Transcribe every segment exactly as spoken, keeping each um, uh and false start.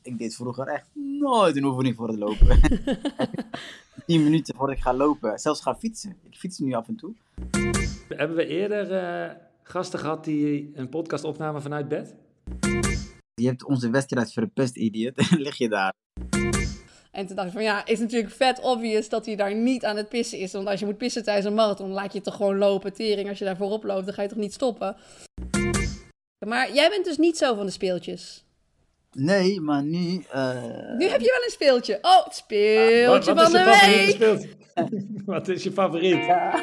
ik deed vroeger echt nooit een oefening voor het lopen. tien minuten voordat ik ga lopen. Zelfs ga fietsen. Ik fiets nu af en toe. Hebben we eerder uh, gasten gehad die een podcast opnamen vanuit bed? Je hebt onze wedstrijd verpest, idiot. En lig je daar. En toen dacht ik van ja, is natuurlijk vet obvious dat hij daar niet aan het pissen is. Want als je moet pissen tijdens een marathon, laat je het toch gewoon lopen. Tering, als je daar voorop loopt, dan ga je toch niet stoppen. Maar jij bent dus niet zo van de speeltjes. Nee, maar nu... Uh... Nu heb je wel een speeltje. Oh, het speeltje ah, wat, wat van de week. Wat is je favoriet? Ja.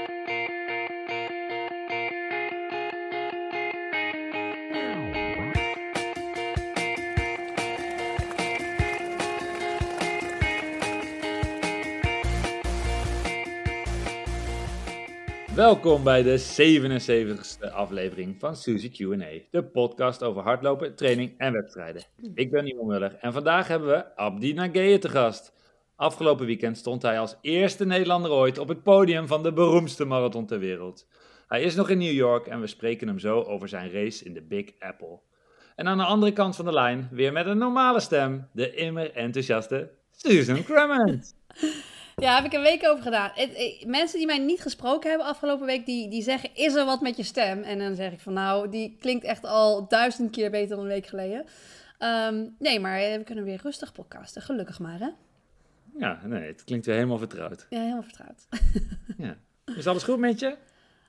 Welkom bij de zevenenzeventigste aflevering van Suzy Q en A, de podcast over hardlopen, training en wedstrijden. Ik ben Ivo Muller en vandaag hebben we Abdi Nageye te gast. Afgelopen weekend stond hij als eerste Nederlander ooit op het podium van de beroemdste marathon ter wereld. Hij is nog in New York en we spreken hem zo over zijn race in de Big Apple. En aan de andere kant van de lijn, weer met een normale stem, de immer enthousiaste Susan Clement. Ja, heb ik een week over gedaan. Het, het, mensen die mij niet gesproken hebben afgelopen week, die, die zeggen, is er wat met je stem? En dan zeg ik van, nou, die klinkt echt al duizend keer beter dan een week geleden. Um, nee, maar we kunnen weer rustig podcasten. Gelukkig maar, hè? Ja, nee, het klinkt weer helemaal vertrouwd. Ja, helemaal vertrouwd. Ja. Is alles goed met je? Uh,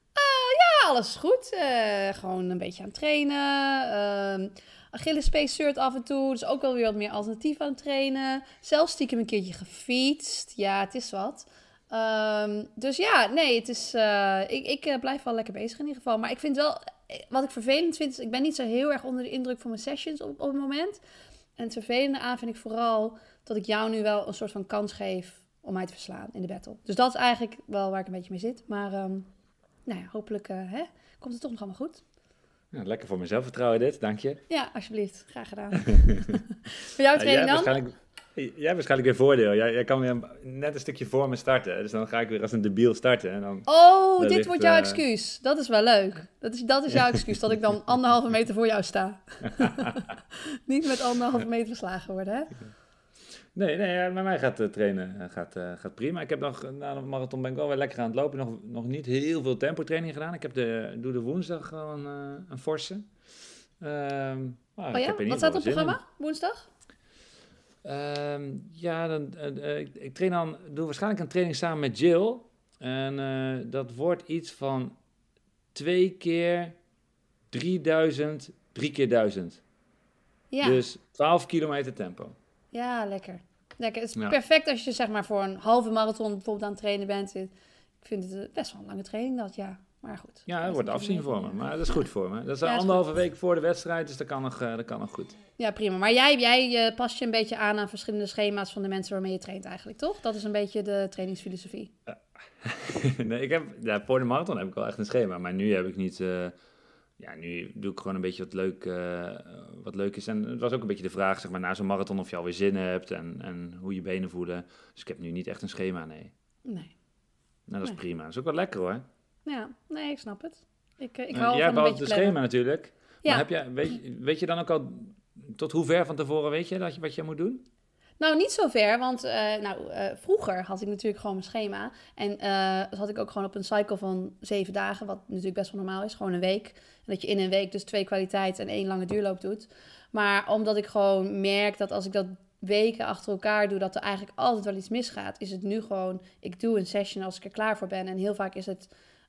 ja, alles is goed. Uh, gewoon een beetje aan het trainen. Uh, Achillespees zeurt af en toe. Dus ook wel weer wat meer alternatief aan het trainen. Zelfs stiekem een keertje gefietst. Ja, het is wat. Um, dus ja, nee, het is... Uh, ik ik uh, blijf wel lekker bezig in ieder geval. Maar ik vind wel... Wat ik vervelend vind, is... Ik ben niet zo heel erg onder de indruk van mijn sessions op, op het moment. En het vervelende aan vind ik vooral... dat ik jou nu wel een soort van kans geef... om mij te verslaan in de battle. Dus dat is eigenlijk wel waar ik een beetje mee zit. Maar um, nou ja, hopelijk uh, hè, komt het toch nog allemaal goed. Ja, lekker voor mijn zelfvertrouwen dit, dank je. Ja, alsjeblieft. Graag gedaan. Voor jouw training ja, dan? Waarschijnlijk, jij hebt waarschijnlijk weer voordeel. Jij, jij kan weer net een stukje voor me starten. Dus dan ga ik weer als een debiel starten. En dan oh, dit ligt, wordt jouw uh... excuus. Dat is wel leuk. Dat is, dat is jouw excuus, dat ik dan anderhalve meter voor jou sta. Niet met anderhalve meter verslagen worden, hè? Nee, nee, bij mij gaat de trainen gaat, uh, gaat prima. Ik heb nog, na de marathon ben ik wel weer lekker aan het lopen. Nog, nog niet heel veel tempo training gedaan. Ik heb de, doe de woensdag gewoon uh, een forse. Um, oh ja, wat staat op het programma, in. woensdag? Um, ja, dan, uh, ik, ik train dan, doe waarschijnlijk een training samen met Jill. En uh, dat wordt iets van twee keer drieduizend, drie keer duizend. Ja. Dus twaalf kilometer tempo. Ja, lekker. Lekker. Het is ja. perfect als je zeg maar voor een halve marathon bijvoorbeeld aan het trainen bent. Ik vind het best wel een lange training dat, ja. Maar goed. Ja, dat wordt afzien voor me, maar dat is goed voor me. Dat is ja, anderhalve week voor de wedstrijd, dus dat kan nog, uh, dat kan nog goed. Ja, prima. Maar jij, jij uh, past je een beetje aan aan verschillende schema's van de mensen waarmee je traint eigenlijk, toch? Dat is een beetje de trainingsfilosofie. Uh, nee, ik heb, ja, voor de marathon heb ik wel echt een schema, maar nu heb ik niet... Uh, Ja, nu doe ik gewoon een beetje wat leuk, uh, wat leuk is. En het was ook een beetje de vraag, zeg maar, na zo'n marathon of je alweer zin hebt en, en hoe je benen voelen. Dus ik heb nu niet echt een schema, nee. Nee. Nou, dat is nee. prima. Dat is ook wel lekker, hoor. Ja, nee, ik snap het. Ik, ik uh, hou jij van een beetje het schema natuurlijk. Ja. Maar heb je, weet, weet je dan ook al, tot hoe ver van tevoren weet je dat je wat je moet doen? Nou, niet zo ver, want uh, nou, uh, vroeger had ik natuurlijk gewoon mijn schema. En uh, zat ik ook gewoon op een cycle van zeven dagen, wat natuurlijk best wel normaal is, gewoon een week. En dat je in een week dus twee kwaliteiten en één lange duurloop doet. Maar omdat ik gewoon merk dat als ik dat weken achter elkaar doe, dat er eigenlijk altijd wel iets misgaat, is het nu gewoon, ik doe een session als ik er klaar voor ben. En heel vaak is het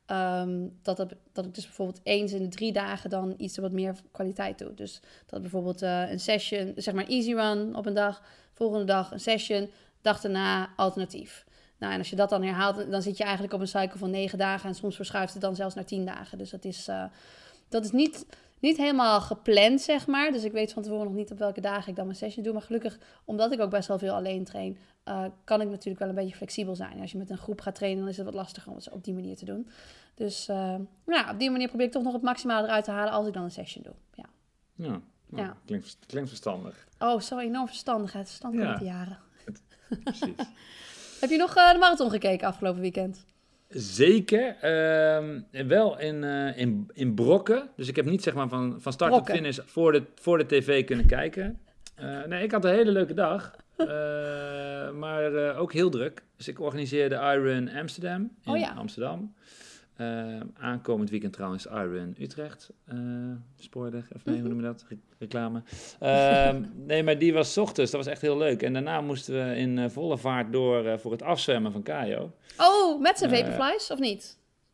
um, dat, dat, dat ik dus bijvoorbeeld eens in de drie dagen dan iets wat meer kwaliteit doe. Dus dat bijvoorbeeld uh, een session, zeg maar een easy run op een dag, volgende dag een session, dag daarna alternatief. Nou, en als je dat dan herhaalt, dan zit je eigenlijk op een cycle van negen dagen en soms verschuift het dan zelfs naar tien dagen. Dus dat is, uh, dat is niet, niet helemaal gepland, zeg maar. Dus ik weet van tevoren nog niet op welke dagen ik dan mijn session doe. Maar gelukkig, omdat ik ook best wel veel alleen train, uh, kan ik natuurlijk wel een beetje flexibel zijn. En als je met een groep gaat trainen, dan is het wat lastiger om het op die manier te doen. Dus uh, ja, op die manier probeer ik toch nog het maximale eruit te halen als ik dan een session doe. Ja. Ja. Nou, ja. Klinkt, klinkt verstandig. Oh, zo enorm verstandig. Het verstand ja. met de jaren. Precies. Heb je nog uh, de marathon gekeken afgelopen weekend? Zeker. Uh, wel in, uh, in, in brokken. Dus ik heb niet zeg maar van, van start brokken. tot finish voor de, voor de tv kunnen kijken. Uh, nee, ik had een hele leuke dag. Uh, maar uh, ook heel druk. Dus ik organiseerde Iron Amsterdam in oh, ja. Amsterdam. Uh, aankomend weekend trouwens Iron Utrecht. Uh, spoorweg, of nee, hoe noem je dat? Re- reclame. Uh, nee, maar die was 's ochtends. Dat was echt heel leuk. En daarna moesten we in uh, volle vaart door uh, voor het afzwemmen van Kajo. Oh, met zijn vaporflies, uh, of niet?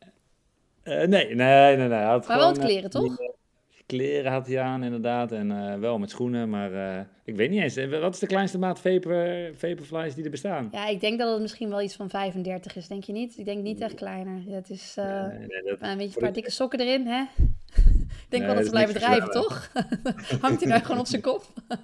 Uh, nee, nee, nee. nee. Had maar gewoon, wel met kleren, uh, toch? Die, kleren had hij aan, inderdaad. En uh, wel met schoenen, maar uh, ik weet niet eens. Wat is de kleinste maat vapor, vaporflies die er bestaan? Ja, ik denk dat het misschien wel iets van vijfendertig is, denk je niet? Ik denk niet echt kleiner. Het is uh, ja, nee, nee, dat, een beetje een paar dikke sokken erin, hè? Ik denk nee, wel dat ze blijven drijven, toch? Hangt hij daar gewoon op zijn kop?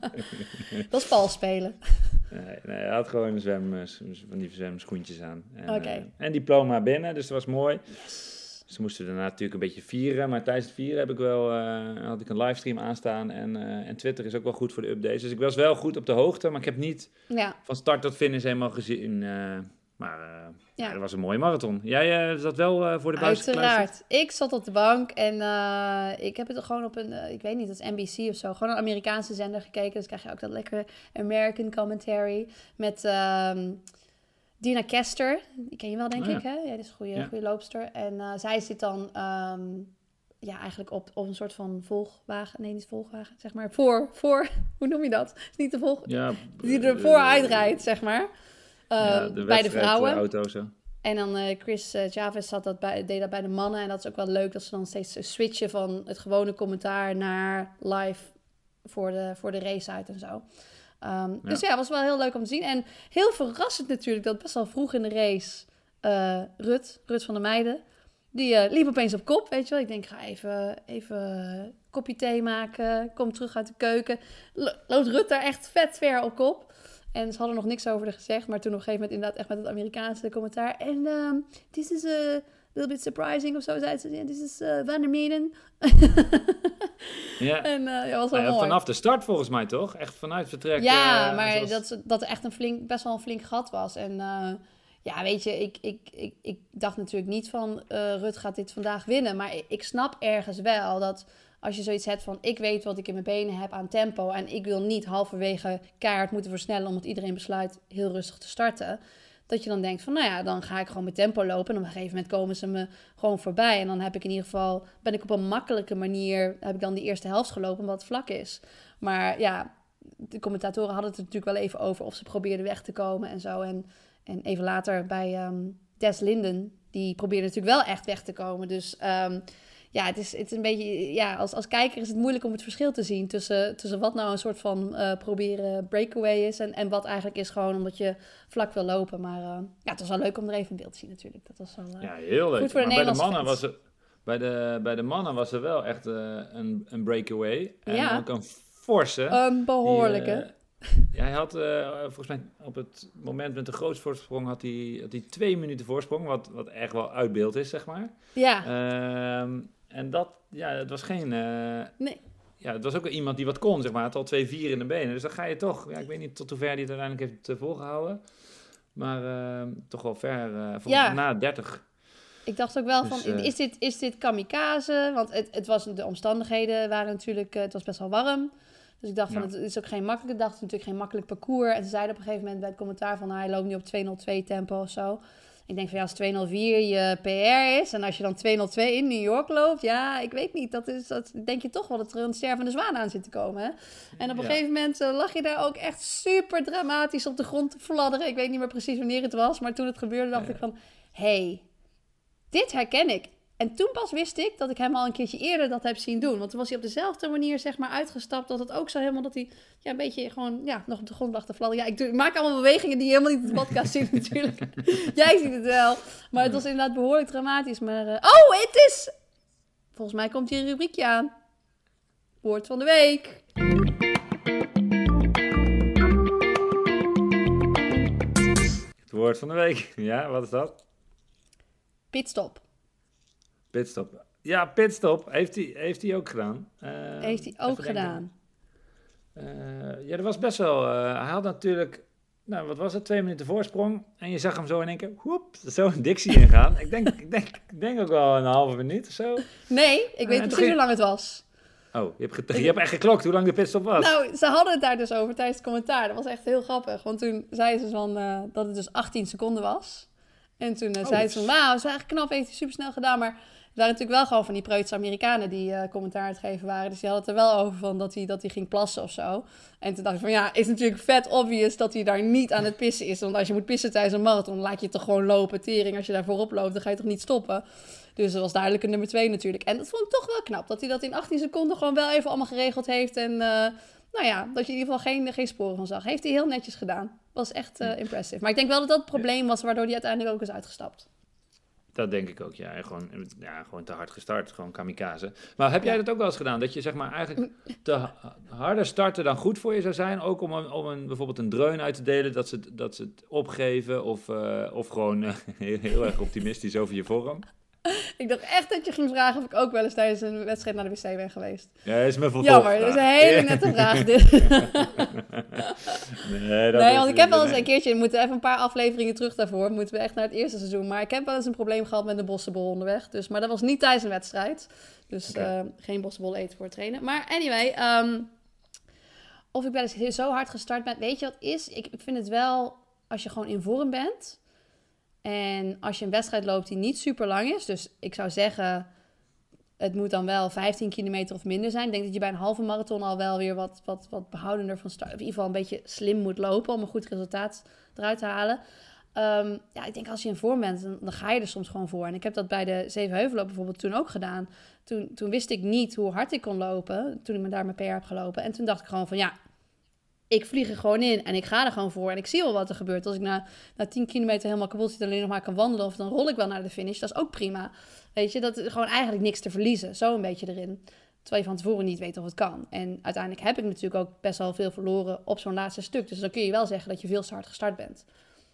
Dat is Paul spelen. Nee, nee, hij had gewoon een zwem, van die zwemschoentjes aan. En, okay. uh, en diploma binnen, dus dat was mooi. Yes. Ze moesten daarna natuurlijk een beetje vieren, maar tijdens het vieren heb ik wel, uh, had ik een livestream aanstaan en, uh, en Twitter is ook wel goed voor de updates. Dus ik was wel goed op de hoogte, maar ik heb niet ja. van start tot finish helemaal gezien. Uh, maar uh, ja. ja, dat was een mooie marathon. Jij uh, zat wel uh, voor de buis Uiteraard. Ik zat op de bank en uh, ik heb het gewoon op een, uh, ik weet niet, dat is N B C of zo, gewoon een Amerikaanse zender gekeken. Dus krijg je ook dat lekkere American commentary met... Uh, Dina Kester, die ken je wel, denk oh, ja. ik, hè? Ja, die is een goede, ja. goede loopster. En uh, zij zit dan um, ja, eigenlijk op, op een soort van volgwagen. Nee, niet volgwagen, zeg maar. Voor, voor hoe noem je dat? Is niet de volg... Ja, die er vooruit rijdt, zeg maar. Uh, ja, de bij de vrouwen. Auto, zo. En dan uh, Chris uh, Chavez had dat bij, deed dat bij de mannen. En dat is ook wel leuk dat ze dan steeds switchen van het gewone commentaar naar live voor de, voor de race uit en zo. Um, ja. Dus ja, het was wel heel leuk om te zien. En heel verrassend natuurlijk dat best wel vroeg in de race uh, Rut, Rut van der Meijden, die uh, liep opeens op kop, weet je wel. Ik denk, ga even, even een kopje thee maken, kom terug uit de keuken. Lo- loopt Rut daar echt vet ver op kop. En ze hadden nog niks over haar gezegd, maar toen op een gegeven moment inderdaad echt met het Amerikaanse commentaar. En um, this is a little bit surprising of zo, zei ze. Yeah, this is uh, Van der Meijden. Ja. En uh, ja, was wel ah, ja, mooi. Vanaf de start volgens mij toch? Echt vanuit vertrek. Ja, uh, maar zoals... dat, dat er echt een flink, best wel een flink gat was. En uh, ja, weet je, ik, ik, ik, ik dacht natuurlijk niet van uh, Rut gaat dit vandaag winnen. Maar ik, ik snap ergens wel dat als je zoiets hebt van ik weet wat ik in mijn benen heb aan tempo. En ik wil niet halverwege keihard moeten versnellen omdat iedereen besluit heel rustig te starten. Dat je dan denkt van, nou ja, dan ga ik gewoon met tempo lopen. En op een gegeven moment komen ze me gewoon voorbij. En dan heb ik in ieder geval, ben ik op een makkelijke manier, heb ik dan die eerste helft gelopen omdat het vlak is. Maar ja, de commentatoren hadden het er natuurlijk wel even over of ze probeerden weg te komen en zo. En, en even later bij um, Des Linden, die probeerde natuurlijk wel echt weg te komen. Dus um, ja, het is, het is een beetje, ja, als, als kijker is het moeilijk om het verschil te zien tussen, tussen wat nou een soort van uh, proberen breakaway is en, en wat eigenlijk is gewoon omdat je vlak wil lopen. Maar uh, ja, het was wel leuk om er even een beeld te zien natuurlijk. Dat was wel uh, ja, heel leuk. Goed voor de maar bij de mannen fans. was er, bij de, bij de mannen was er wel echt uh, een, een breakaway. En ja. ook een forse. Een behoorlijke. Die, uh, ja, hij had uh, volgens mij op het moment met de grootste voorsprong had hij, had hij twee minuten voorsprong, wat, wat echt wel uit beeld is, zeg maar. Ja. Uh, En dat, ja, het was geen... Uh, nee. Ja, het was ook iemand die wat kon, zeg maar. Het had al twee vier in de benen. Dus dan ga je toch... Ja, ik weet niet tot hoe ver hij het uiteindelijk heeft uh, volgehouden. Maar uh, toch wel ver. Uh, ja. Na dertig. Ik dacht ook wel dus, van, uh, is, dit, is dit kamikaze? Want het, het was, de omstandigheden waren natuurlijk... Uh, het was best wel warm. Dus ik dacht van, ja. Het is ook geen makkelijk... Ik dacht natuurlijk geen makkelijk parcours. En ze zeiden op een gegeven moment bij het commentaar van... Nou, hij loopt nu op twee nul twee tempo of zo. Ik denk van ja, als twee nul vier je P R is en als je dan twee nul twee in New York loopt, ja, ik weet niet. Dat is, dat denk je toch wel dat er een stervende zwaan aan zit te komen. Hè? En op een ja. gegeven moment uh, lag je daar ook echt super dramatisch op de grond te fladderen. Ik weet niet meer precies wanneer het was, maar toen het gebeurde dacht ja. ik van, hé, hey, dit herken ik. En toen pas wist ik dat ik hem al een keertje eerder dat heb zien doen. Want toen was hij op dezelfde manier zeg maar uitgestapt. Dat het ook zo helemaal dat hij ja, een beetje gewoon ja, nog op de grond lag te fladderen. Ja, ik, doe, ik maak allemaal bewegingen die je helemaal niet in de podcast ziet natuurlijk. Jij ziet het wel. Maar het was inderdaad behoorlijk dramatisch. Maar uh, oh, het is... Volgens mij komt hier een rubriekje aan. Woord van de week. Het woord van de week. Ja, wat is dat? Pitstop. Pitstop. Ja, pitstop. Heeft hij heeft hij ook gedaan. Uh, heeft hij ook gedaan. Uh, ja, dat was best wel... Uh, hij had natuurlijk... Nou, wat was het? Twee minuten voorsprong. En je zag hem zo in één keer... Woep, zo een Dixie ingaan. ik, denk, ik, denk, ik denk ook wel een halve minuut of zo. Nee, ik weet uh, precies ging... hoe lang het was. Oh, je hebt, get- je hebt echt geklokt hoe lang de pitstop was. Nou, ze hadden het daar dus over tijdens het commentaar. Dat was echt heel grappig. Want toen zeiden ze van, uh, dat het dus achttien seconden was. En toen uh, Oh, zeiden ze van, wauw, dat is eigenlijk knap, heeft hij super snel gedaan. Maar er waren natuurlijk wel gewoon van die preutse Amerikanen die uh, commentaar aan het geven waren. Dus die hadden het er wel over van dat hij, dat hij ging plassen of zo. En toen dacht ik van, ja, is natuurlijk vet obvious dat hij daar niet aan het pissen is. Want als je moet pissen tijdens een marathon, dan laat je het toch gewoon lopen. Tering, als je daar voorop loopt, dan ga je toch niet stoppen. Dus dat was duidelijk een nummer twee natuurlijk. En dat vond ik toch wel knap, dat hij dat in achttien seconden gewoon wel even allemaal geregeld heeft. En uh, nou ja, dat je in ieder geval geen, geen sporen van zag. Heeft hij heel netjes gedaan. Was echt uh, impressive. Maar ik denk wel dat dat het probleem was waardoor hij uiteindelijk ook is uitgestapt. Dat denk ik ook, ja. Gewoon, ja, gewoon te hard gestart, gewoon kamikaze. Maar heb jij dat ook wel eens gedaan? Dat je zeg maar eigenlijk te harder starten dan goed voor je zou zijn? Ook om, een, om een, bijvoorbeeld een dreun uit te delen, dat ze het, dat ze het opgeven? Of, uh, of gewoon uh, heel, heel erg optimistisch over je vorm? Ik dacht echt dat je ging vragen of ik ook wel eens tijdens een wedstrijd naar de wc ben geweest. Ja, dat is mijn vervolgvraag. Jammer, dat is een hele nette vraag dit. nee, dat nee, is want ik heb wel eens nee. een keertje, we moeten even een paar afleveringen terug daarvoor. Moeten we echt naar het eerste seizoen. Maar ik heb wel eens een probleem gehad met een bossenbol onderweg. Dus, maar dat was niet tijdens een wedstrijd. Dus okay. uh, geen bossenbol eten voor het trainen. Maar anyway, um, of ik wel eens zo hard gestart ben. Weet je wat is? Ik, ik vind het wel, als je gewoon in vorm bent. En als je een wedstrijd loopt die niet super lang is. Dus ik zou zeggen, het moet dan wel vijftien kilometer of minder zijn. Ik denk dat je bij een halve marathon al wel weer wat, wat, wat behoudender van start. Of in ieder geval een beetje slim moet lopen om een goed resultaat eruit te halen. Um, ja, ik denk als je in vorm bent, dan, dan ga je er soms gewoon voor. En ik heb dat bij de Zevenheuvelloop bijvoorbeeld toen ook gedaan. Toen, toen wist ik niet hoe hard ik kon lopen, toen ik me daar mijn P R heb gelopen. En toen dacht ik gewoon van ja, ik vlieg er gewoon in en ik ga er gewoon voor. En ik zie wel wat er gebeurt. Als ik na, na tien kilometer helemaal kapot zit en alleen nog maar kan wandelen, of dan rol ik wel naar de finish. Dat is ook prima. Weet je, dat is gewoon eigenlijk niks te verliezen. Zo een beetje erin. Terwijl je van tevoren niet weet of het kan. En uiteindelijk heb ik natuurlijk ook best wel veel verloren op zo'n laatste stuk. Dus dan kun je wel zeggen dat je veel te hard gestart bent.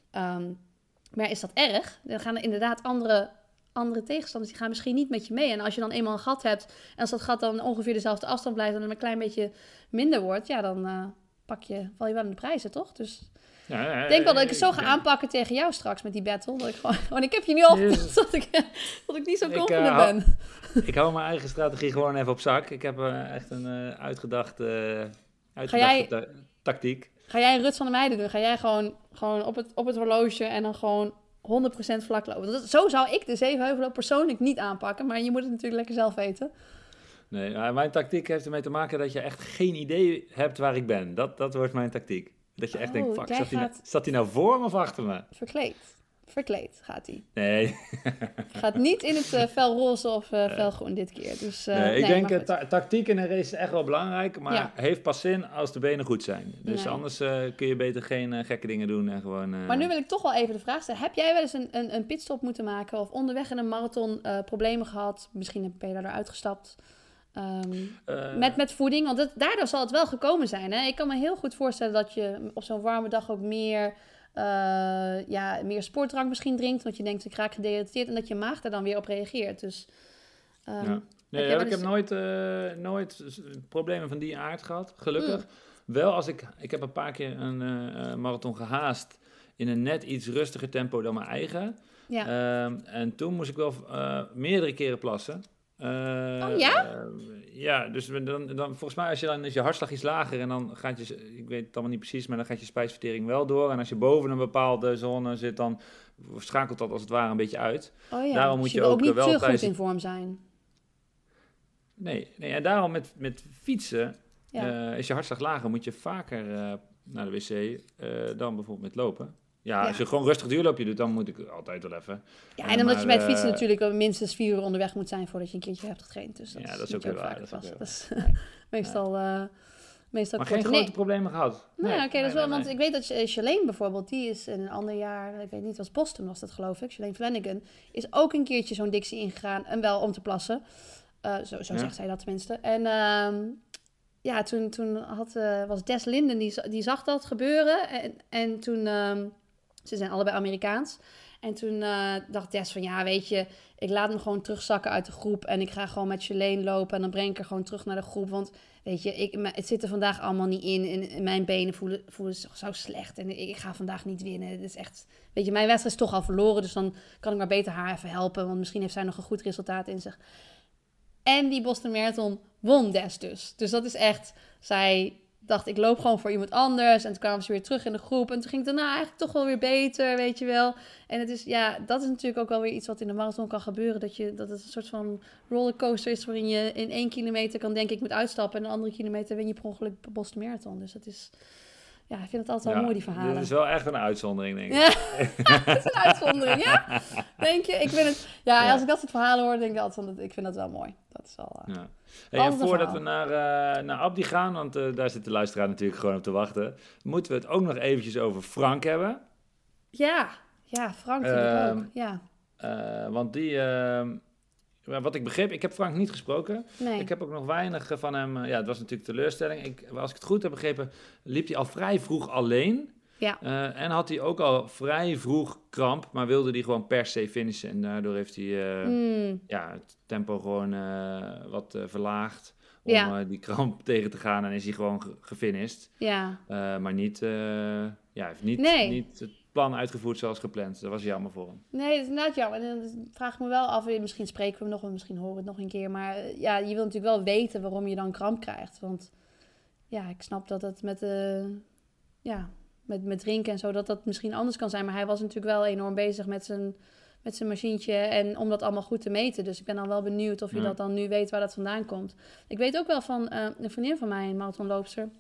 Um, maar is dat erg? Dan gaan er inderdaad andere, andere tegenstanders, die gaan misschien niet met je mee. En als je dan eenmaal een gat hebt, en als dat gat dan ongeveer dezelfde afstand blijft en dan een klein beetje minder wordt, ja, dan uh, pak je, val je wel in de prijzen, toch? Dus ja, ja, ja, ik denk wel dat ik het zo ga ja. aanpakken tegen jou straks met die battle. Dat ik gewoon, want ik heb je nu al verteld dat ik, dat ik niet zo confident uh, ben. Ik hou mijn eigen strategie gewoon even op zak. Ik heb uh, echt een uh, uitgedachte, uh, uitgedachte jij... ta- tactiek. Ga jij een Ruts van de Meijden doen? Ga jij gewoon, gewoon op, het, op het horloge en dan gewoon honderd procent vlak lopen? Dat, zo zou ik de Zevenheuvelloop persoonlijk niet aanpakken. Maar je moet het natuurlijk lekker zelf weten. Nee, mijn tactiek heeft ermee te maken dat je echt geen idee hebt waar ik ben. Dat, dat wordt mijn tactiek. Dat je echt oh, denkt, fuck, zat hij, gaat... nou, nou voor me of achter me? Verkleed. Verkleed gaat hij. Nee. Gaat niet in het uh, fel roze of uh, fel groen dit keer. Dus, uh, nee, ik nee, denk, ta- tactiek in een race is echt wel belangrijk, maar ja. heeft pas zin als de benen goed zijn. Dus nee. anders uh, kun je beter geen uh, gekke dingen doen en gewoon... Uh... Maar nu wil ik toch wel even de vraag stellen. Heb jij wel eens een, een, een pitstop moeten maken of onderweg in een marathon uh, problemen gehad? Misschien ben je daardoor uitgestapt. Um, uh, met, met voeding, want het, daardoor zal het wel gekomen zijn. Hè? Ik kan me heel goed voorstellen dat je op zo'n warme dag ook meer... Uh, ja, meer sportdrank misschien drinkt, want je denkt ik raak gedehydrateerd en dat je maag daar dan weer op reageert. Dus, um, ja. Nee, heb ja, ik dus... heb nooit, uh, nooit problemen van die aard gehad, gelukkig. Mm. Wel als ik, ik heb een paar keer een uh, marathon gehaast in een net iets rustiger tempo dan mijn eigen. Ja. Um, en toen moest ik wel uh, meerdere keren plassen. Uh, oh ja? Uh, ja, dus dan, dan, volgens mij als je dan is je hartslag iets lager en dan gaat je, ik weet het allemaal niet precies, maar dan gaat je spijsvertering wel door. En als je boven een bepaalde zone zit, dan schakelt dat als het ware een beetje uit. Oh ja, daarom dus moet je, je wil ook ook niet wel te tijdens... goed in vorm zijn. Nee, nee en daarom met, met fietsen ja. uh, is je hartslag lager, moet je vaker uh, naar de wc uh, dan bijvoorbeeld met lopen. Ja, ja, als je gewoon rustig duurloopje doet, dan moet ik altijd wel even. Ja, en omdat maar, je bij het fietsen uh, natuurlijk minstens vier uur onderweg moet zijn voordat je een keertje hebt getraind. Dus dat ja, dat is ook weer waar. Dat is, dat is meestal... Uh, meestal maar geen grote nee. problemen gehad. Nee, nee oké, okay, nee, dat is wel, nee, want nee. ik weet dat Shalane bijvoorbeeld, die is in een ander jaar, ik weet niet, was Boston was dat geloof ik, Shalane Flanagan, is ook een keertje zo'n Dixie ingegaan en wel om te plassen. Uh, zo zo ja. zegt zij dat tenminste. En uh, ja, toen, toen had, uh, was Des Linden, die, die zag dat gebeuren en, en toen... Uh, Ze zijn allebei Amerikaans. En toen uh, dacht Des van, ja, weet je... ik laat hem gewoon terugzakken uit de groep... en ik ga gewoon met Shalane lopen... en dan breng ik er gewoon terug naar de groep. Want, weet je, ik, het zit er vandaag allemaal niet in... en, en mijn benen voelen, voelen zich zo slecht... en ik, ik ga vandaag niet winnen. Het is echt... Weet je, mijn wedstrijd is toch al verloren... dus dan kan ik maar beter haar even helpen... want misschien heeft zij nog een goed resultaat in zich. En die Boston Marathon won des dus. Dus dat is echt... Zij dacht, ik loop gewoon voor iemand anders. En toen kwamen ze weer terug in de groep. En toen ging het daarna eigenlijk toch wel weer beter, weet je wel. En het is, ja, dat is natuurlijk ook wel weer iets wat in de marathon kan gebeuren. Dat, je, dat het een soort van rollercoaster is waarin je in één kilometer kan denken, ik moet uitstappen. En de andere kilometer win je per ongeluk de Boston Marathon. Dus dat is... Ja, ik vind het altijd wel Ja, mooi, die verhalen. Dit is wel echt een uitzondering, denk ik. Ja, het is een uitzondering, ja. Denk je? Ik vind het... Ja, Ja. als ik dat soort verhalen hoor, denk ik altijd van, ik vind dat wel mooi. Dat is wel... Uh, Ja. Hey, en altijd een voordat we verhaal. naar, uh, naar Abdi gaan, want uh, daar zit de luisteraar natuurlijk gewoon op te wachten, moeten we het ook nog eventjes over Frank hebben. Ja, ja, Frank vind ik Ehm, ook. Ja, Uh, want die, uh, wat ik begreep, ik heb Frank niet gesproken. nee. Ik heb ook nog weinig van hem, uh, ja, het was natuurlijk teleurstelling. Ik, als ik het goed heb begrepen, liep hij al vrij vroeg alleen. Ja. Uh, en had hij ook al vrij vroeg kramp, maar wilde hij gewoon per se finishen. En daardoor heeft hij uh, Mm, ja, het tempo gewoon uh, wat uh, verlaagd om Ja. uh, die kramp tegen te gaan. En is hij gewoon ge- gefinished. ja. Uh, maar niet, uh, ja, heeft niet, Nee. niet het plan uitgevoerd zoals gepland. Dat was jammer voor hem. Nee, dat is inderdaad jammer. En dan vraag ik me wel af, eh, misschien spreken we hem nog, of misschien horen we het nog een keer. Maar eh, ja, je wil natuurlijk wel weten waarom je dan kramp krijgt. Want ja, ik snap dat het met, uh, ja, met, met drinken en zo, dat dat misschien anders kan zijn. Maar hij was natuurlijk wel enorm bezig met zijn, met zijn machientje en om dat allemaal goed te meten. Dus ik ben dan wel benieuwd of je Ja. dat dan nu weet waar dat vandaan komt. Ik weet ook wel van uh, een vriendin van mij, een marathonloopster.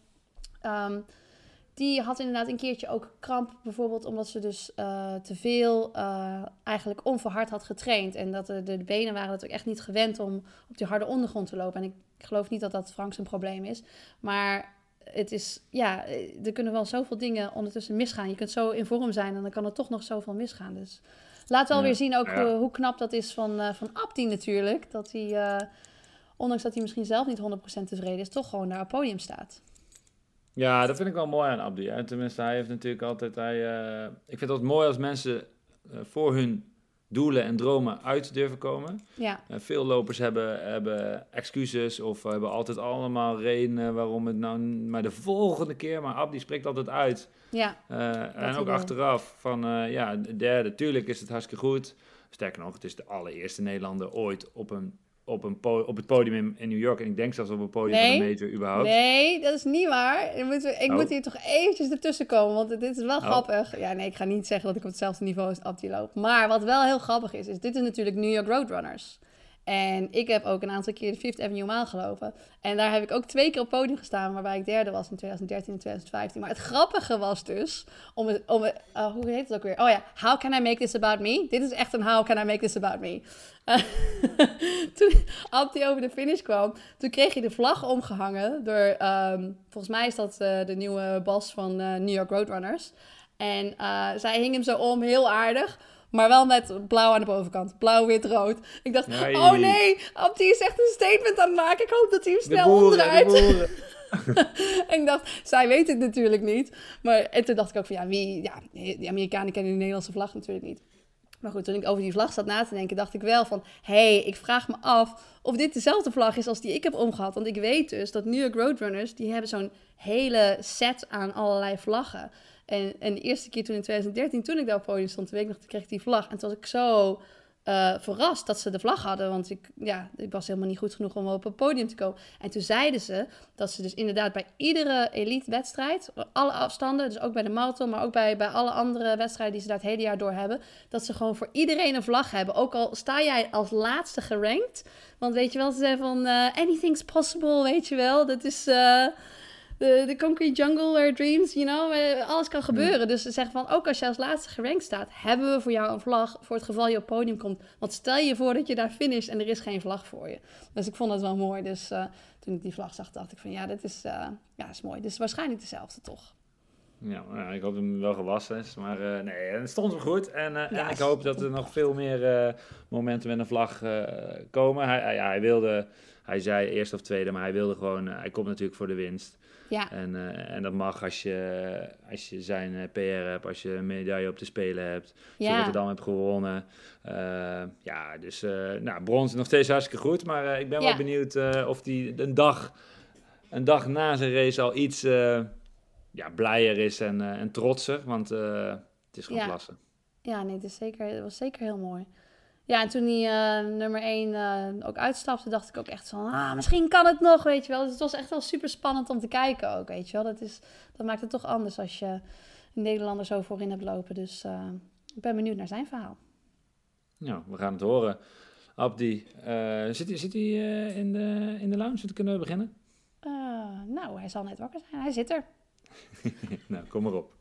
Um, Die had inderdaad een keertje ook kramp, bijvoorbeeld omdat ze dus uh, te veel uh, eigenlijk onverhard had getraind. En dat de, de benen waren dat ook echt niet gewend om op die harde ondergrond te lopen. En ik geloof niet dat dat Frank zijn probleem is. Maar het is, ja, er kunnen wel zoveel dingen ondertussen misgaan. Je kunt zo in vorm zijn en dan kan er toch nog zoveel misgaan. Dus laat wel Ja. weer zien ook Ja. uh, hoe knap dat is van, uh, van Abdi natuurlijk. Dat hij, uh, ondanks dat hij misschien zelf niet honderd procent tevreden is, toch gewoon daar op het podium staat. Ja, dat vind ik wel mooi aan Abdi. Hè? Tenminste, hij heeft natuurlijk altijd... Hij, uh, ik vind het mooi als mensen uh, voor hun doelen en dromen uit durven komen. Ja, Uh, veel lopers hebben, hebben excuses of hebben altijd allemaal redenen waarom het nou... Maar de volgende keer, maar Abdi spreekt altijd uit. ja, Uh, en ook idee. achteraf van, uh, ja, de derde, tuurlijk is het hartstikke goed. Sterker nog, het is de allereerste Nederlander ooit op een... Op, een po- op het podium in, in New York. En ik denk zelfs op een podium Nee. van een major überhaupt. Nee, dat is niet waar. Ik moet, ik Oh. moet hier toch eventjes ertussen komen, want dit is wel Oh. grappig. Ja, nee, ik ga niet zeggen dat ik op hetzelfde niveau als Abdi loop. Maar wat wel heel grappig is, is dit is natuurlijk New York Roadrunners. En ik heb ook een aantal keer de Fifth Avenue Mile gelopen. En daar heb ik ook twee keer op het podium gestaan, waarbij ik derde was in twintig dertien en twintig vijftien. Maar het grappige was dus, om, het- om het- uh, hoe heet het ook weer? Oh ja, how can I make this about me? Dit is echt een how can I make this about me. Uh, toen Abdi over de finish kwam, toen kreeg hij de vlag omgehangen door, um, volgens mij is dat uh, de nieuwe bas van uh, New York Roadrunners. En uh, zij hing hem zo om, heel aardig. Maar wel met blauw aan de bovenkant. Blauw, wit, rood. Ik dacht, Nee. oh nee, Abdi is echt een statement aan het maken. Ik hoop dat hij hem De snel boeren, onderuit. de boeren. En ik dacht, zij weet het natuurlijk niet. Maar en toen dacht ik ook van, ja, wie, ja, de Amerikanen kennen de Nederlandse vlag natuurlijk niet. Maar goed, toen ik over die vlag zat na te denken, dacht ik wel van, hé, hey, ik vraag me af of dit dezelfde vlag is als die ik heb omgehad. Want ik weet dus dat New York Roadrunners, die hebben zo'n hele set aan allerlei vlaggen. En, en de eerste keer toen in twintig dertien, toen ik daar op het podium stond, de week nog, toen kreeg ik die vlag. En toen was ik zo uh, verrast dat ze de vlag hadden. Want ik, ja, ik was helemaal niet goed genoeg om op het podium te komen. En toen zeiden ze dat ze dus inderdaad bij iedere elite-wedstrijd, alle afstanden, dus ook bij de marathon, maar ook bij, bij alle andere wedstrijden die ze daar het hele jaar door hebben, dat ze gewoon voor iedereen een vlag hebben. Ook al sta jij als laatste gerankt. Want weet je wel, ze zeggen van uh, anything's possible, weet je wel. Dat is... Uh, De, de concrete jungle where dreams, you know, alles kan gebeuren. Ja. Dus ze zeggen van, ook als je als laatste gerankt staat, hebben we voor jou een vlag voor het geval je op het podium komt. Want stel je voor dat je daar finisht en er is geen vlag voor je. Dus ik vond dat wel mooi. Dus uh, toen ik die vlag zag, dacht ik van, ja, dit is, uh, ja, is mooi. Dus waarschijnlijk dezelfde, toch? Ja, nou, ik hoop dat hem wel gewassen is. Maar uh, nee, het stond hem goed. En, uh, ja, en ik hoop dat er nog veel meer uh, momenten met een vlag uh, komen. Hij, hij, ja, hij wilde, hij zei eerste of tweede, maar hij wilde gewoon, uh, hij komt natuurlijk voor de winst. Ja. En, uh, en dat mag als je, als je zijn uh, P R hebt, als je een medaille op de Spelen hebt. Ja. Als je Rotterdam hebt gewonnen. Uh, ja, dus uh, nou, brons nog steeds hartstikke goed. Maar uh, ik ben ja. wel benieuwd uh, of hij een dag, een dag na zijn race al iets uh, ja, blijer is en, uh, en trotser. Want uh, het is gewoon ja. klasse. Ja, nee, het, is zeker, het was zeker heel mooi. Ja, en toen hij uh, nummer één uh, ook uitstapte, dacht ik ook echt van, ah, misschien kan het nog, weet je wel. Dus het was echt wel super spannend om te kijken ook, weet je wel. Dat, is, dat maakt het toch anders als je een Nederlander zo voorin hebt lopen. Dus uh, ik ben benieuwd naar zijn verhaal. Nou, we gaan het horen. Abdi, uh, zit hij zit uh, in, de, in de lounge? Kunnen we beginnen? Uh, nou, hij zal net wakker zijn. Hij zit er. Nou, kom maar op.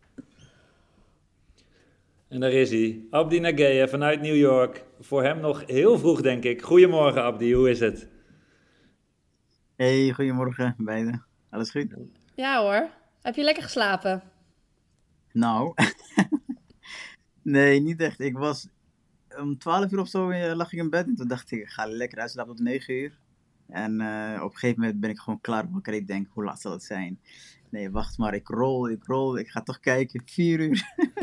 En daar is hij. Abdi Nageye vanuit New York. Voor hem nog heel vroeg, denk ik. Goedemorgen, Abdi. Hoe is het? Hey, goedemorgen beiden. Alles goed? Ja hoor. Heb je lekker geslapen? Nou, nee, niet echt. Ik was om twaalf uur of zo lag ik in bed en toen dacht ik, ik ga lekker uitslapen tot negen uur. En uh, op een gegeven moment ben ik gewoon klaar wakker. Ik denk, hoe laat zal het zijn? Nee, wacht maar, ik rol, ik rol. Ik ga toch kijken, vier uur.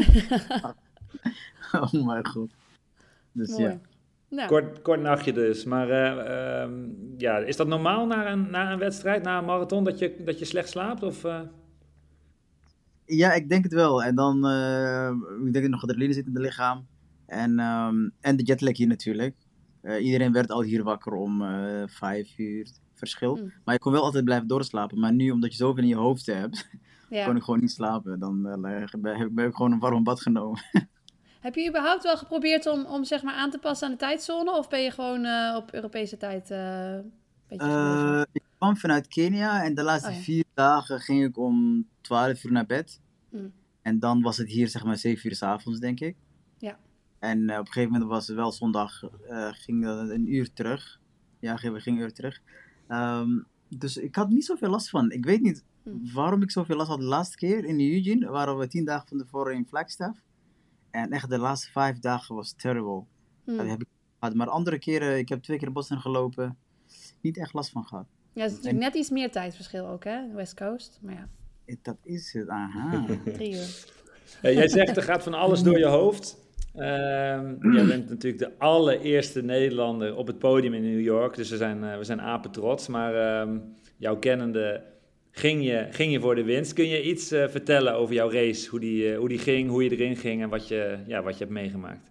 Oh mijn god. Dus Mooi. ja. Nou. Kort, kort nachtje dus. Maar uh, um, ja, is dat normaal na een, na een wedstrijd, na een marathon, dat je, dat je slecht slaapt? Of, uh... Ja, ik denk het wel. En dan, uh, ik denk dat er nog adrenaline zit in het lichaam. En, um, en de jetlag hier natuurlijk. Uh, iedereen werd al hier wakker om uh, vijf uur verschil. Mm. Maar je kon wel altijd blijven doorslapen. Maar nu, omdat je zoveel in je hoofd hebt, ja. kon ik gewoon niet slapen. Dan uh, heb ik gewoon een warm bad genomen. Heb je überhaupt wel geprobeerd om, om zeg maar aan te passen aan de tijdzone? Of ben je gewoon uh, op Europese tijd uh, een beetje uh, Ik kwam vanuit Kenia en de laatste oh, ja. vier dagen ging ik om twaalf uur naar bed. Mm. En dan was het hier zeg maar zeven uur 's avonds, denk ik. Ja. En uh, op een gegeven moment was het wel zondag, uh, ging het een uur terug. Ja, we gingen een uur terug. Um, dus ik had niet zoveel last van. Ik weet niet mm. waarom ik zoveel last had de laatste keer in Eugene. Waren we tien dagen van tevoren in Flagstaff. En echt de laatste vijf dagen was terrible. Hmm. Dat heb ik gehad. Maar andere keren, ik heb twee keer Boston gelopen, niet echt last van gehad. Ja, het is natuurlijk en... net iets meer tijdverschil ook, hè? West Coast, maar ja. Dat is het, aha. Drie uur. Hey, jij zegt, er gaat van alles door je hoofd. Uh, jij bent natuurlijk de allereerste Nederlander op het podium in New York, dus we zijn, uh, we zijn apetrots. Maar uh, jouw kennende... Ging je, ging je voor de winst? Kun je iets uh, vertellen over jouw race? Hoe die, uh, hoe die ging, hoe je erin ging en wat je, ja, wat je hebt meegemaakt?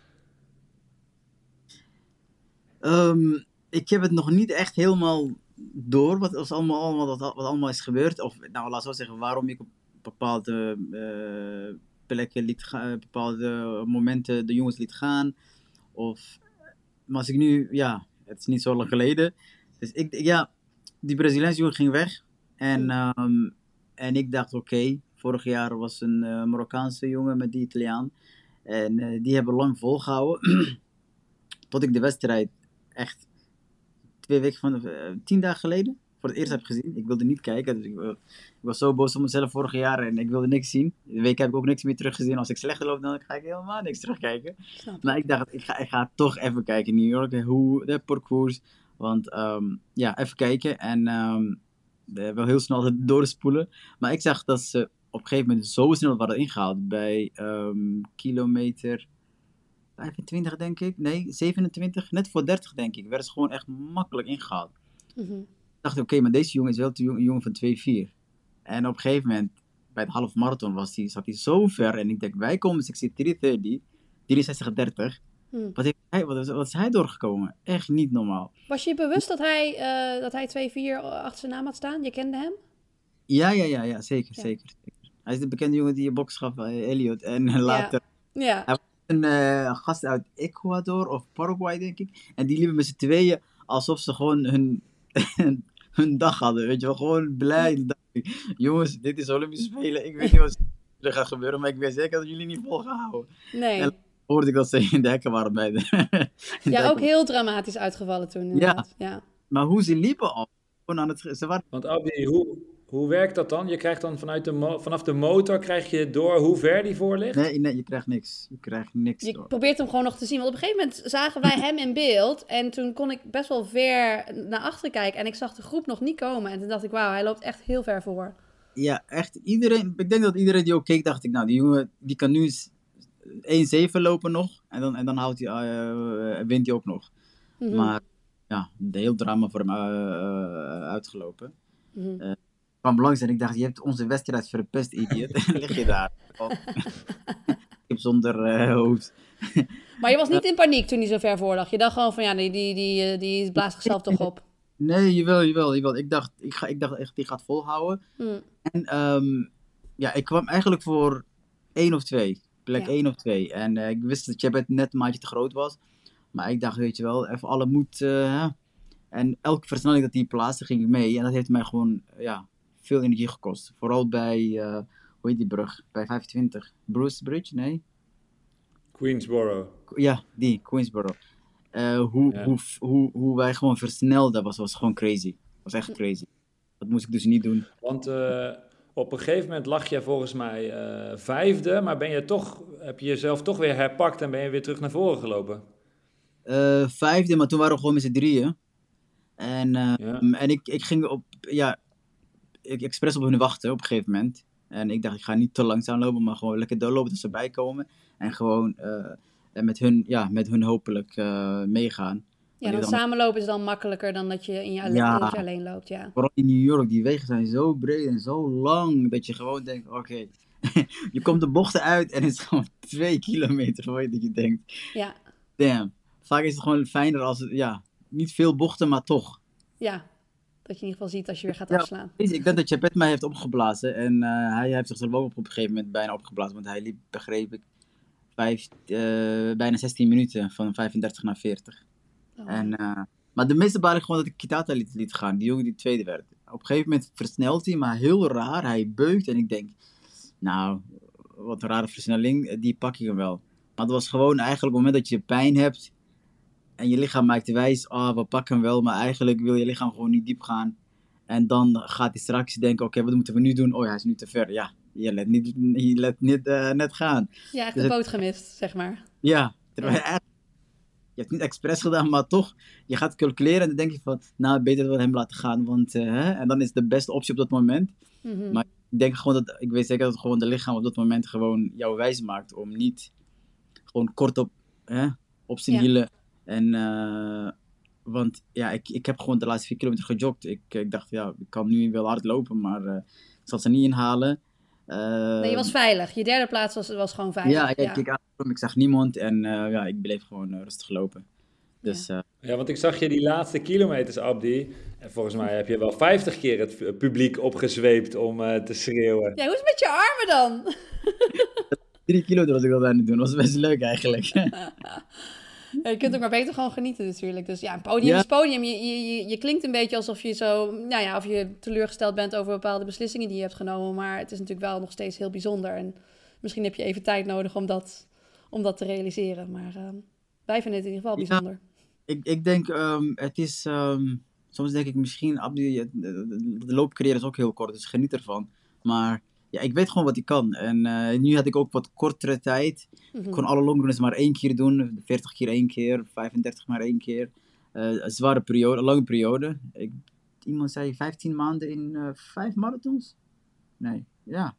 Um, ik heb het nog niet echt helemaal door wat, wat, allemaal, allemaal, wat, wat allemaal is gebeurd. Of nou, laat zo zeggen, waarom ik op bepaalde uh, plekken liet gaan, bepaalde momenten de jongens liet gaan. Of, maar als ik nu, ja, het is niet zo lang geleden. Dus ik, ja, die Braziliaanse jongen ging weg. En, um, en ik dacht, oké, okay, vorig jaar was een uh, Marokkaanse jongen met die Italiaan. En uh, die hebben lang volgehouden. Tot ik de wedstrijd echt twee weken van, uh, tien dagen geleden voor het eerst heb gezien. Ik wilde niet kijken, dus ik, uh, ik was zo boos op mezelf vorig jaar en ik wilde niks zien. De week heb ik ook niks meer teruggezien. Als ik slechter loop, dan ga ik helemaal niks terugkijken. Snap maar ik dacht, ik ga, ik ga toch even kijken in New York, hoe de parcours. Want um, ja, even kijken en... Um, wel heel snel doorspoelen. Maar ik zag dat ze op een gegeven moment zo snel waren ingehaald. Bij um, kilometer vijfentwintig, denk ik. Nee, zevenentwintig. Net voor dertig, denk ik. Werden ze gewoon echt makkelijk ingehaald. Mm-hmm. Ik dacht, oké, okay, maar deze jongen is wel te jong, een jongen van twee vier. En op een gegeven moment, bij het half marathon, was die, zat hij zo ver. En ik denk, wij komen, dus ik zie drie dertig, drieënzestig dertig. Hmm. Wat, heeft hij, wat, wat is hij doorgekomen? Echt niet normaal. Was je bewust dat hij, uh, dat hij twee vier achter zijn naam had staan? Je kende hem? Ja, ja, ja, ja zeker, ja. zeker, zeker. Hij is de bekende jongen die je box gaf, uh, Elliot. En uh, later... Ja. Ja. Hij was een uh, gast uit Ecuador of Paraguay, denk ik. En die liepen met z'n tweeën alsof ze gewoon hun, hun dag hadden. Weet je wel, gewoon blij. Jongens, dit is Olympische Spelen. Ik weet niet wat er gaat gebeuren, maar ik weet zeker dat jullie niet vol gaan houden. Nee. En, hoorde ik dat ze in de hekken waren bij de... Ja, ook heel dramatisch uitgevallen toen. Ja. ja, maar hoe ze liepen al. Aan het, ze waren... Want Abdi, hoe, hoe werkt dat dan? Je krijgt dan vanuit de mo- vanaf de motor krijg je door hoe ver die voor ligt? Nee, nee, je krijgt niks. Je krijgt niks Je door. probeert hem gewoon nog te zien. Want op een gegeven moment zagen wij hem in beeld. En toen kon ik best wel ver naar achteren kijken. En ik zag de groep nog niet komen. En toen dacht ik, wauw, hij loopt echt heel ver voor. Ja, echt. Iedereen, ik denk dat iedereen die ook keek, dacht ik, nou, die jongen, die kan nu... één zeven lopen nog en dan, en dan houdt hij, uh, wint hij ook nog. Mm-hmm. Maar ja, de heel drama voor hem uh, uh, uitgelopen. Mm-hmm. Uh, ik kwam langs en ik dacht, je hebt onze wedstrijd verpest, idiot. En lig je daar. kip zonder uh, hoofd. Maar je was niet in paniek toen hij zo ver voor lag. Je dacht gewoon van, ja, die, die, die, die blaast zichzelf toch op. Nee, jawel, jawel, jawel. Ik dacht, ik, ga, ik dacht echt, die gaat volhouden. Hmm. En um, ja, ik kwam eigenlijk voor één of twee. Plek Ja. één of twee. En uh, ik wist dat Chebet net een maatje te groot was. Maar ik dacht, weet je wel, even alle moed. Uh, en elke versnelling dat hij plaatste, ging ik mee. En dat heeft mij gewoon, ja, veel energie gekost. Vooral bij, uh, hoe heet die brug? Bij vijfentwintig. Bruce Bridge? Nee? Queensboro. Ja, die, Queensboro. Uh, hoe, Ja. hoe, hoe, hoe wij gewoon versnelden was, was gewoon crazy. Was echt crazy. Dat moest ik dus niet doen. Want uh, op een gegeven moment lag je volgens mij uh, vijfde, maar ben je toch, heb je jezelf toch weer herpakt en ben je weer terug naar voren gelopen? Uh, vijfde, maar toen waren we gewoon met z'n drieën. En, uh, ja. en ik, ik ging op, ja, ik expres op hun wachten op een gegeven moment. En ik dacht, ik ga niet te langzaam lopen, maar gewoon lekker doorlopen dat ze erbij komen. En gewoon uh, en met, hun, ja, met hun hopelijk uh, meegaan. Ja, dan, dan samenlopen is dan makkelijker dan dat je in je alleen, ja, dat je alleen loopt, ja. Vooral in New York, die wegen zijn zo breed en zo lang, dat je gewoon denkt, oké, okay. Je komt de bochten uit en het is gewoon twee kilometer voor je dat je denkt, ja. Damn. Vaak is het gewoon fijner als het, ja, niet veel bochten, maar toch. Ja, dat je in ieder geval ziet als je weer gaat ja, afslaan. Ik denk dat Chebet mij heeft opgeblazen en uh, hij heeft zichzelf ook op een gegeven moment bijna opgeblazen, want hij liep, begreep ik, vijf, uh, bijna zestien minuten, van vijfendertig naar veertig. Oh. En, uh, maar de meeste baal ik gewoon dat ik Kitata liet, liet gaan, die jongen die tweede werd. Op een gegeven moment versnelt hij, maar heel raar, hij beukt en ik denk, nou, wat een rare versnelling, die pak ik hem wel. Maar het was gewoon eigenlijk op het moment dat je pijn hebt en je lichaam maakt de wijs, ah, oh, we pakken hem wel, maar eigenlijk wil je lichaam gewoon niet diep gaan. En dan gaat hij straks denken, oké, okay, wat moeten we nu doen? Oh ja, hij is nu te ver. Ja, je let niet, je let niet uh, net gaan. Ja, echt dus de het, boot gemist, zeg maar. Ja, terwijl ja. Je, je hebt niet expres gedaan, maar toch, je gaat calculeren en dan denk je van, nou, beter dat we hem laten gaan, want, uh, hè? En dan is de beste optie op dat moment. Mm-hmm. Maar ik denk gewoon dat, ik weet zeker dat gewoon de lichaam op dat moment gewoon jou wijs maakt om niet gewoon kort op, hè, op zijn ja. hielen. En, uh, want ja, ik, ik heb gewoon de laatste vier kilometer gejogd. Ik, ik dacht, ja, ik kan nu wel hard lopen, maar uh, ik zal ze niet inhalen. Uh, nee, je was veilig. Je derde plaats was, was gewoon veilig. Ja, ik, ja. ik, ik, ik zag niemand en uh, ja, ik bleef gewoon uh, rustig lopen. Dus, ja. Uh, ja, want ik zag je die laatste kilometers, Abdi. En volgens mij heb je wel vijftig keer het publiek opgezweept om uh, te schreeuwen. Ja, hoe is het met je armen dan? Drie kilometer was ik dat aan het doen. Dat was best leuk eigenlijk. Ja, je kunt ook maar beter gewoon genieten natuurlijk. Dus ja, een podium ja. is podium. Je, je, je klinkt een beetje alsof je zo, nou ja, of je teleurgesteld bent over bepaalde beslissingen die je hebt genomen. Maar het is natuurlijk wel nog steeds heel bijzonder. En misschien heb je even tijd nodig om dat, om dat te realiseren. Maar uh, wij vinden het in ieder geval bijzonder. Ja, ik, ik denk, um, het is, um, soms denk ik misschien, Abdi, de, de loopcarrière is ook heel kort, dus geniet ervan. Maar ja, ik weet gewoon wat ik kan. En uh, nu had ik ook wat kortere tijd. Mm-hmm. Ik kon alle longruns maar één keer doen. veertig keer één keer. vijfendertig maar één keer. Uh, een zware periode, een lange periode. Ik, iemand zei vijftien maanden in uh, vijf marathons? Nee, ja.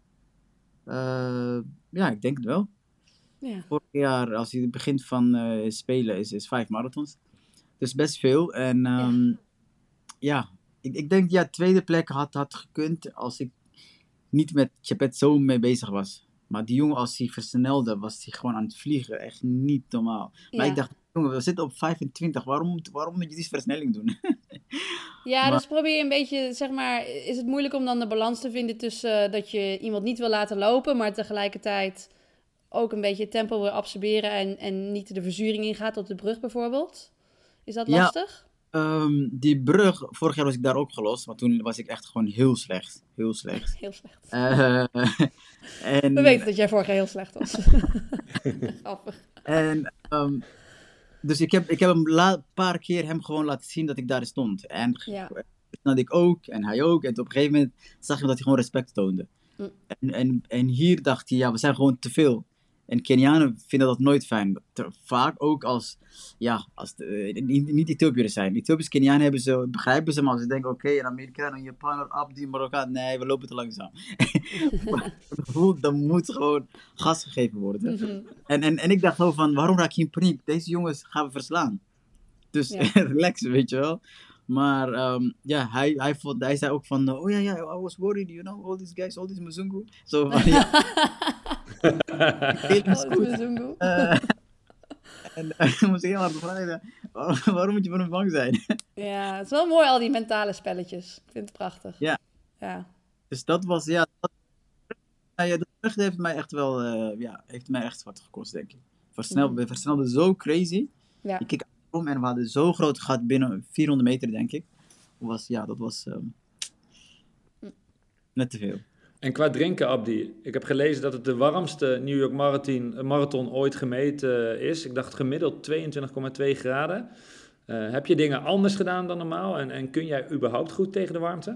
Uh, ja, ik denk het wel. Yeah. Vorig jaar, als je begint van uh, spelen, is, is vijf marathons. Dus best veel. En um, yeah. ja, ik, ik denk ja, tweede plek had, had gekund als ik niet met Chebet zo mee bezig was. Maar die jongen, als hij versnelde, was hij gewoon aan het vliegen. Echt niet normaal. Maar ja. ik dacht, jongen, we zitten op vijfentwintig. Waarom, waarom moet je die versnelling doen? Ja, maar, dus probeer je een beetje, zeg maar, is het moeilijk om dan de balans te vinden tussen uh, dat je iemand niet wil laten lopen, maar tegelijkertijd ook een beetje het tempo wil absorberen en, en niet de verzuring ingaat op de brug bijvoorbeeld? Is dat lastig? Ja. Um, die brug, vorig jaar was ik daar ook gelost, maar toen was ik echt gewoon heel slecht. Heel slecht. Heel slecht. Uh, en, We weten dat jij vorig jaar heel slecht was. Grappig. En, um, dus ik heb, ik heb hem een la- paar keer hem gewoon laten zien dat ik daar stond. En ja. dat ik ook, en hij ook. En op een gegeven moment zag je dat hij gewoon respect toonde. Mm. En, en, en hier dacht hij, ja, we zijn gewoon te veel. En Kenianen vinden dat nooit fijn. Te, vaak ook als, ja, als de, uh, niet, niet Ethiopiërs zijn. Ethiopiërs, Kenianen hebben ze, begrijpen ze, maar ze denken, oké, okay, een Amerikaan, een Japaner, Abdi, Marokkaan, nee, we lopen te langzaam. Maar het gevoel, dan moet gewoon gas gegeven worden. Mm-hmm. En, en, en ik dacht ook van, waarom raak je in paniek? Deze jongens gaan we verslaan. Dus ja. Relax, weet je wel. Maar um, ja, hij, hij, vond, hij zei ook van, oh ja, ja, I was worried, you know, all these guys, all these Muzungu. Zo van, ja. Oh, Mzungu. Uh, en uh, moest ik heel hard vragen, waarom, waarom moet je van hem bang zijn? Ja, het is wel mooi, al die mentale spelletjes. Ik vind het prachtig. Ja. Ja. Dus dat was, ja, dat, ja de vlucht heeft mij echt wel, uh, ja, heeft mij echt wat gekost, denk ik. Versnel, Mhm. We versnelden zo crazy. Ja. Ik keek om en we hadden zo'n groot gat binnen vierhonderd meter, denk ik. Was, ja, dat was um, net te veel. En qua drinken, Abdi, ik heb gelezen dat het de warmste New York Marathon, marathon ooit gemeten is. Ik dacht gemiddeld tweeëntwintig komma twee graden. Uh, heb je dingen anders gedaan dan normaal? En, en kun jij überhaupt goed tegen de warmte?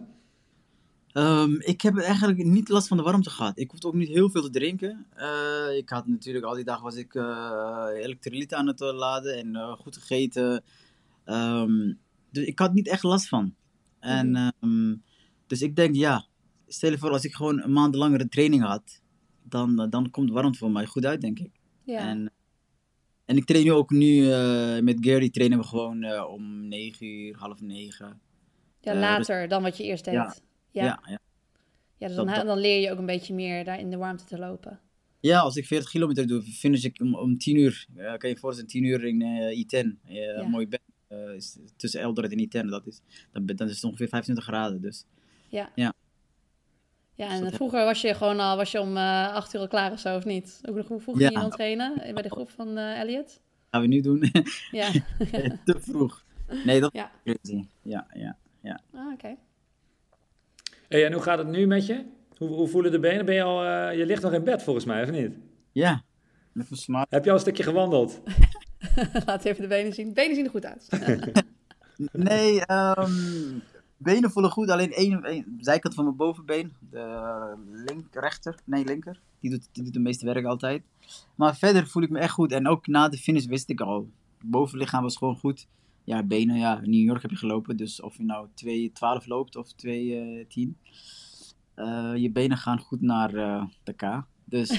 Um, ik heb eigenlijk niet last van de warmte gehad. Ik hoefde ook niet heel veel te drinken. Uh, ik had natuurlijk al die dagen was ik uh, elektrolyten aan het laden en uh, goed gegeten. Um, dus ik had niet echt last van. En, Mhm. um, dus ik denk, ja, stel je voor als ik gewoon een maand langere training had, dan, dan komt warmte voor mij goed uit, denk ik. Ja. En, en ik train nu ook nu uh, met Gary trainen we gewoon uh, om negen uur, half negen. Ja, Uh, later dus, dan wat je eerst deed. ja, Ja, ja, ja. ja dus Dat, dan, dat, dan leer je ook een beetje meer daar in de warmte te lopen. ja, als ik veertig kilometer doe, finish ik om, om tien uur. Uh, kan je voorstellen, tien uur in uh, I tien. Uh, Ja. Mooi bed. Uh, is tussen Eldoret en I tien. Dat is, dan, dan is het ongeveer vijfentwintig graden. Dus. Ja. Ja. Ja, Dus en dat- vroeger was je gewoon al, was je om uh, acht uur al klaar of zo, of niet? Ook nog, hoe vroeg Ja. ging je dan trainen bij de groep van uh, Elliot? gaan we nu doen. Ja. Te vroeg. Nee, dat Ja. is crazy. Ja, ja, ja. Ah, oké. Hey, en hoe gaat het nu met je? Hoe, hoe voelen de benen? Ben je, al, uh, je ligt nog in bed volgens mij, of niet? Ja, met mijn smart. Heb je al een stukje gewandeld? Laat even de benen zien. De benen zien er goed uit. Nee, um, benen voelen goed. Alleen één, één zijkant van mijn bovenbeen. De link, rechter. Nee, linker. Die doet, die doet het meeste werk altijd. Maar verder voel ik me echt goed. En ook na de finish wist ik al. Bovenlichaam was gewoon goed. Ja, benen, ja. In New York heb je gelopen. Dus of je nou twee twaalf loopt of twee tien. Uh, je benen gaan goed naar uh, de K. Dus.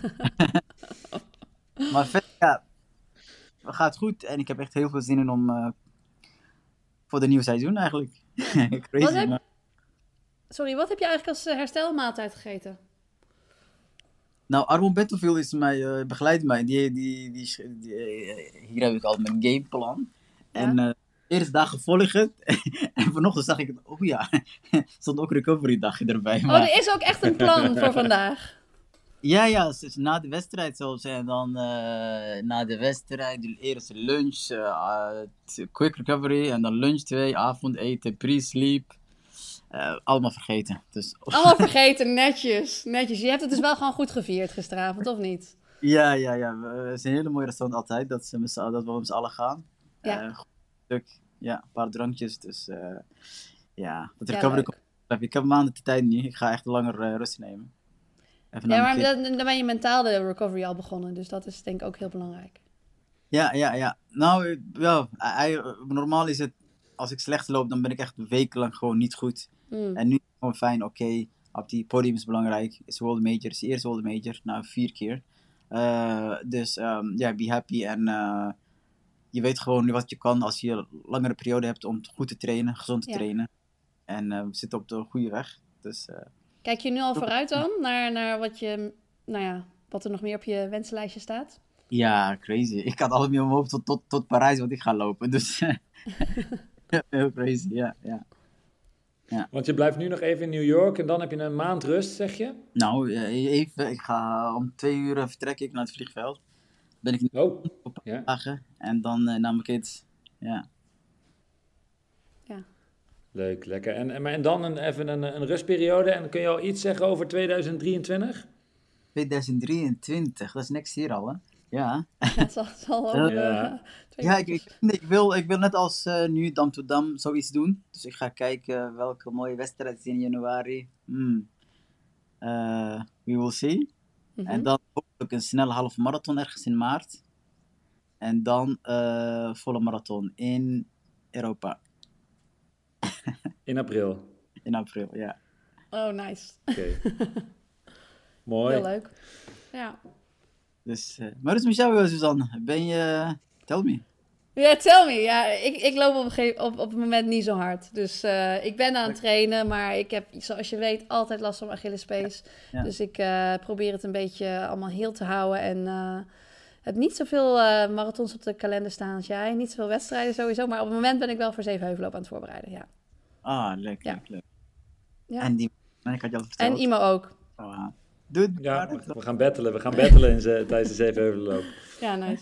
Maar verder, ja. Het gaat goed. En ik heb echt heel veel zin in om... Uh, voor de nieuwe seizoen eigenlijk. Crazy, wat heb... maar... Sorry, wat heb je eigenlijk als herstelmaaltijd gegeten? Nou, Armand Bentonville is mij, uh, begeleidt mij. Die, die, die, die, die, uh, hier heb ik altijd mijn gameplan. Ja? En uh, de eerste dag gevolg het. En vanochtend zag ik het, oh ja, er stond ook recovery dag erbij. Maar... Oh, er is ook echt een plan voor vandaag. Ja, ja, na de wedstrijd zelfs. En dan uh, na de wedstrijd, de eerste lunch, uh, quick recovery. En dan lunch twee, avondeten, pre-sleep. Uh, allemaal vergeten. Dus... Allemaal vergeten, netjes, netjes. Je hebt het dus wel gewoon goed gevierd gisteravond, of niet? Ja, ja, ja. Het is een hele mooie restaurant altijd, dat, ze met dat we met z'n allen gaan. Ja. Uh, goed stuk, ja, een paar drankjes. Dus uh, ja, dat recovery komt. Ik heb maanden de tijd nu. Ik ga echt langer uh, rust nemen. Even ja, maar dan, dan ben je mentaal de recovery al begonnen, dus dat is denk ik ook heel belangrijk. Ja, ja, ja. Nou, ja, hij, normaal is het, als ik slecht loop, dan ben ik echt wekenlang gewoon niet goed. Mm. En nu is het gewoon fijn, oké, okay, op die podium is belangrijk, is World Major, is de eerste World Major, nou vier keer. Uh, dus ja, um, yeah, be happy en uh, je weet gewoon wat je kan als je een langere periode hebt om goed te trainen, gezond te ja. trainen. En uh, we zitten op de goede weg. Dus, uh, kijk je nu al vooruit dan, naar, naar wat, je, nou ja, wat er nog meer op je wensenlijstje staat? Ja, crazy. Ik had alles meer omhoog tot, tot, tot Parijs wat ik ga lopen, dus heel crazy, ja, ja. Ja. Want je blijft nu nog even in New York en dan heb je een maand rust, zeg je? Nou, even. Ik ga om twee uur vertrek ik naar het vliegveld. Ben ik oh. op een ja. dagen en dan uh, naar mijn kids. Ja. Ja. Leuk, lekker. En, en, en dan een, even een, een rustperiode. En kun je al iets zeggen over tweeduizend drieëntwintig? tweeduizend drieëntwintig, dat is next year al, hè? Ja. Het zal, het zal over, ja, uh, ja ik, ik, ik, wil, ik wil net als uh, nu Dam to Dam zoiets doen. Dus ik ga kijken welke mooie wedstrijd is in januari. Hmm. Uh, we will see. Mm-hmm. En dan hopelijk een snelle halve marathon ergens in maart. En dan uh, volle marathon in Europa. In april? In april, ja. Oh, nice. Oké. Okay. Mooi. Heel leuk. Ja. Dus, uh, maar dus met jou, Suzanne, ben je... Tell me. Ja, tell me. Ja, ik, ik loop op, een gegeven, op, op het moment niet zo hard. Dus uh, ik ben aan het trainen, maar ik heb, zoals je weet, altijd last van mijn Achillespees. Ja. Dus ik uh, probeer het een beetje allemaal heel te houden. En uh, heb niet zoveel uh, marathons op de kalender staan als jij. Niet zoveel wedstrijden sowieso. Maar op het moment ben ik wel voor Zevenheuvelloop aan het voorbereiden, ja. Ah, leuk, ja. leuk, leuk. Ja. En die, ik had je al verteld. En Imo ook. Oh, Doe, ja, we gaan battelen. We gaan battelen in ze, tijdens de Zevenheuvelloop. Ja, nice.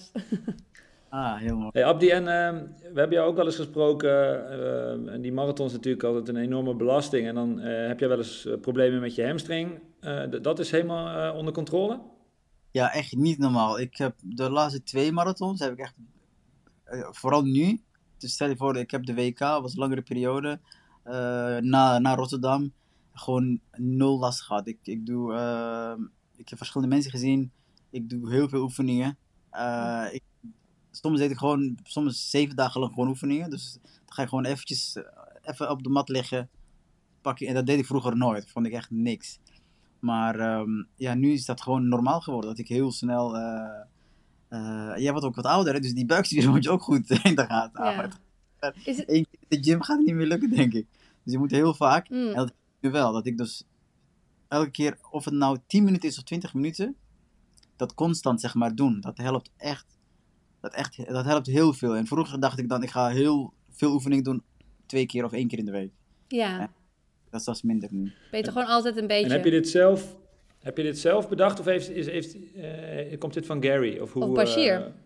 Ah, heel mooi. Hey Abdi, en uh, we hebben jou ook wel eens gesproken. Uh, en die marathons natuurlijk altijd een enorme belasting. En dan uh, heb jij wel eens uh, problemen met je hamstring. Uh, d- dat is helemaal uh, onder controle? Ja, echt niet normaal. Ik heb de laatste twee marathons, heb ik echt, uh, vooral nu. Dus stel je voor, ik heb de W K, was een langere periode, uh, na, na Rotterdam, gewoon nul last gehad. Ik, ik doe, uh, ik heb verschillende mensen gezien. Ik doe heel veel oefeningen. Uh, ik, soms deed ik gewoon, soms zeven dagen lang gewoon oefeningen. Dus dan ga je gewoon eventjes, uh, even op de mat liggen, pak je, en dat deed ik vroeger nooit. Vond ik echt niks. Maar um, ja, nu is dat gewoon normaal geworden. Dat ik heel snel... Uh, uh, jij wordt ook wat ouder, hè? Dus die buikspieren moet je ook goed in de gaten houden. Ja. Is het... Eén keer in de gym gaat het niet meer lukken, denk ik. Dus je moet heel vaak... Mm. En dat nu wel. Dat ik dus elke keer, of het nou tien minuten is of twintig minuten, dat constant zeg maar doen. Dat helpt echt. Dat, echt, dat helpt heel veel. En vroeger dacht ik dan, ik ga heel veel oefeningen doen, twee keer of één keer in de week. Ja. En dat is dus minder nu. Beter gewoon altijd een beetje. En heb je dit zelf, heb je dit zelf bedacht of heeft, is, heeft, uh, komt dit van Gary? Of, hoe, of Bashir? Uh...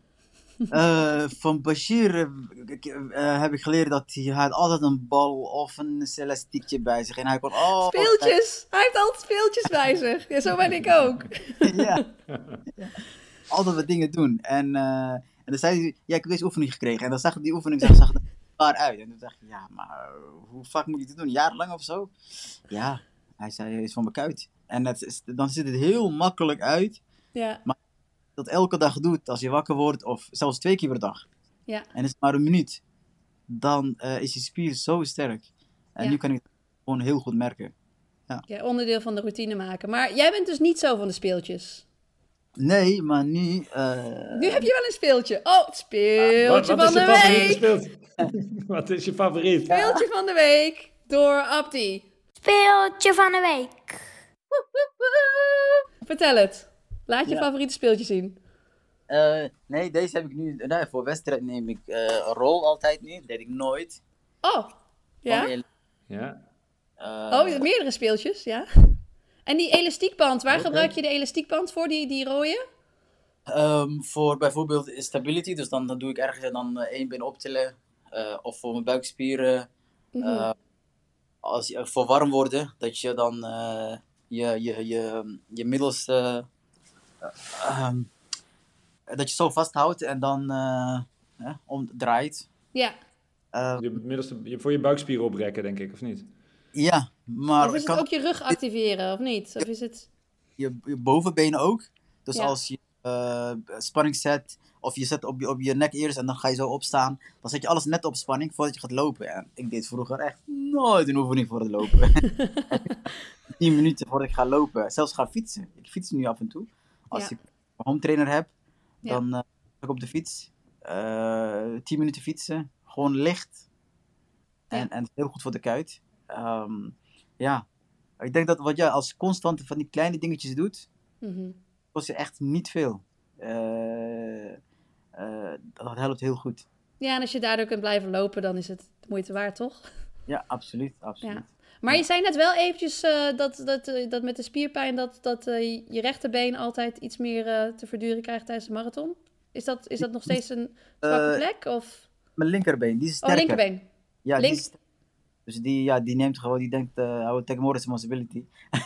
Uh, van Bashir uh, heb ik geleerd dat hij had altijd een bal of een elastiekje bij zich. En hij kon, oh, speeltjes! Hij heeft altijd speeltjes bij zich. Ja, zo ben ik ook. ja. ja. Altijd wat dingen doen. En, uh, en dan zei hij, ja, ik heb deze oefening gekregen. En dan zag die oefening zag, zag er waar uit. En toen dacht ik, ja, maar hoe vaak moet ik dit doen? Jarenlang of zo? Ja, hij zei, hij is van mijn kuit. En het is, dan ziet het heel makkelijk uit. Ja. Maar dat elke dag doet, als je wakker wordt, of zelfs twee keer per dag. Ja. En is het maar een minuut. Dan uh, is je spier zo sterk. En ja. nu kan ik het gewoon heel goed merken. Ja. Ja, onderdeel van de routine maken. Maar jij bent dus niet zo van de speeltjes. Nee, maar nu... Uh... Nu heb je wel een speeltje. Oh, het speeltje ah, wat, wat van de week. Speeltje? Wat is je favoriet? Speeltje van de week door Abdi. Speeltje van de week. Vertel het. Laat je ja. favoriete speeltje zien. Uh, nee, deze heb ik nu... Nou, voor wedstrijd neem ik uh, een rol altijd nu. Dat deed ik nooit. Oh, ja? Oh, ja. Uh, oh, meerdere speeltjes, ja. En die elastiekband, waar okay. gebruik je de elastiekband voor, die, die rode? Um, voor bijvoorbeeld stability, dus dan, dan doe ik ergens dan uh, één been optillen. Uh, of voor mijn buikspieren. Mm-hmm. Uh, als je, voor warm worden, dat je dan uh, je, je, je, je middelste... Uh, um, dat je zo vasthoudt en dan uh, uh, omdraait. Ja. Uh, je middelste, je, voor je buikspieren oprekken, denk ik, of niet? Ja, maar... Of is het kan, ook je rug activeren, of niet? Of is het... Je, je bovenbenen ook. Dus ja. als je uh, spanning zet, of je zet op je, op je nek eerst en dan ga je zo opstaan, dan zet je alles net op spanning voordat je gaat lopen. En ik deed vroeger echt nooit een oefening voor het lopen. tien minuten voordat ik ga lopen. Zelfs ga fietsen. Ik fiets nu af en toe. Als ja. ik een home trainer heb, dan uh, ik op de fiets. Uh, tien minuten fietsen. Gewoon licht. En, ja. en heel goed voor de kuit. Um, ja. Ik denk dat wat jij als constante van die kleine dingetjes doet, mm-hmm. kost je echt niet veel. Uh, uh, dat helpt heel goed. Ja, en als je daardoor kunt blijven lopen, dan is het de moeite waard, toch? Ja, absoluut. absoluut. Ja. Maar je zei net wel eventjes uh, dat, dat, uh, dat met de spierpijn, dat, dat uh, je rechterbeen altijd iets meer uh, te verduren krijgt tijdens de marathon. Is dat, is dat nog steeds een zwakke uh, plek? Of? Mijn linkerbeen, die is sterker. Oh, linkerbeen. Ja, Link... die is, dus die, ja, die neemt gewoon, die denkt, uh, I will take more responsibility.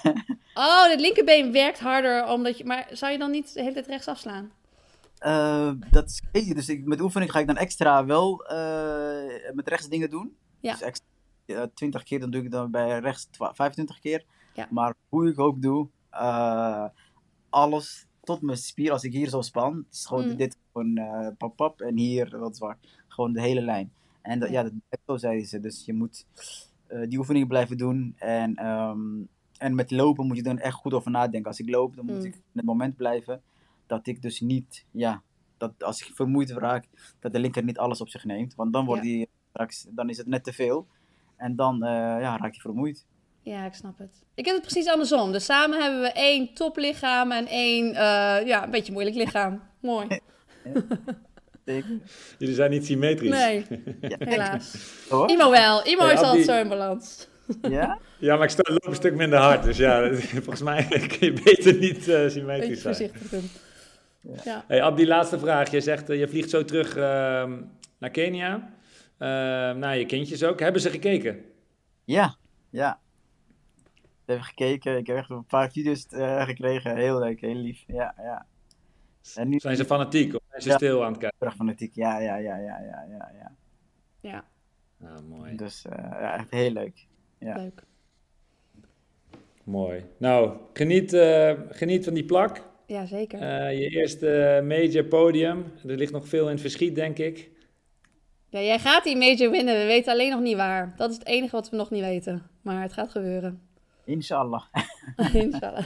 Oh, het linkerbeen werkt harder, omdat je, maar zou je dan niet de hele tijd rechts afslaan? Uh, dat is crazy. Dus ik, met oefening ga ik dan extra wel uh, met rechts dingen doen. Ja. Dus extra, uh, twintig keer, dan doe ik dan bij rechts vijfentwintig keer. Ja. Maar hoe ik ook doe, uh, alles tot mijn spier, als ik hier zo span, het is gewoon mm. dit gewoon uh, pap pap en hier wat zwak. Gewoon de hele lijn. En dat, ja, ja dat zo zeiden ze. Dus je moet uh, die oefeningen blijven doen. En, um, en met lopen moet je dan echt goed over nadenken. Als ik loop, dan moet mm. ik in het moment blijven dat ik dus niet, ja, dat als ik vermoeid raak, dat de linker niet alles op zich neemt. Want dan, wordt Ja. die, straks, dan is het net te veel. En dan uh, ja, raakt hij vermoeid. Ja, ik snap het. Ik heb het precies andersom. Dus samen hebben we één toplichaam en één, uh, ja, een beetje moeilijk lichaam. Mooi. Ja, jullie zijn niet symmetrisch. Nee, ja. helaas. Oh? Imo wel. Imo Hey, is Abdi. altijd zo in balans. Ja? Ja, maar ik sta, loop een stuk minder hard. Dus ja, volgens mij kun je beter niet uh, symmetrisch Beetje zijn. voorzichtig doen. Ja. Ja. Hey, Abdi, laatste vraag. Je zegt, uh, je vliegt zo terug uh, naar Kenia. Uh, naar je kindjes ook. Hebben ze gekeken? Ja, ja. Ik heb gekeken. Ik heb echt een paar video's uh, gekregen. Heel leuk, heel lief. Ja, ja. En nu, zijn ze fanatiek of zijn ze ja, stil aan het kijken? Erg fanatiek, ja, ja, ja, ja, ja, ja. Ja, ja. Ah, mooi. Dus uh, ja, echt heel leuk. Ja. Leuk. Mooi. Nou, geniet, uh, geniet van die plak. Ja, zeker. Uh, je eerste major podium. Er ligt nog veel in het verschiet, denk ik. Ja, jij gaat die major winnen. We weten alleen nog niet waar. Dat is het enige wat we nog niet weten. Maar het gaat gebeuren. Inshallah. Inshallah.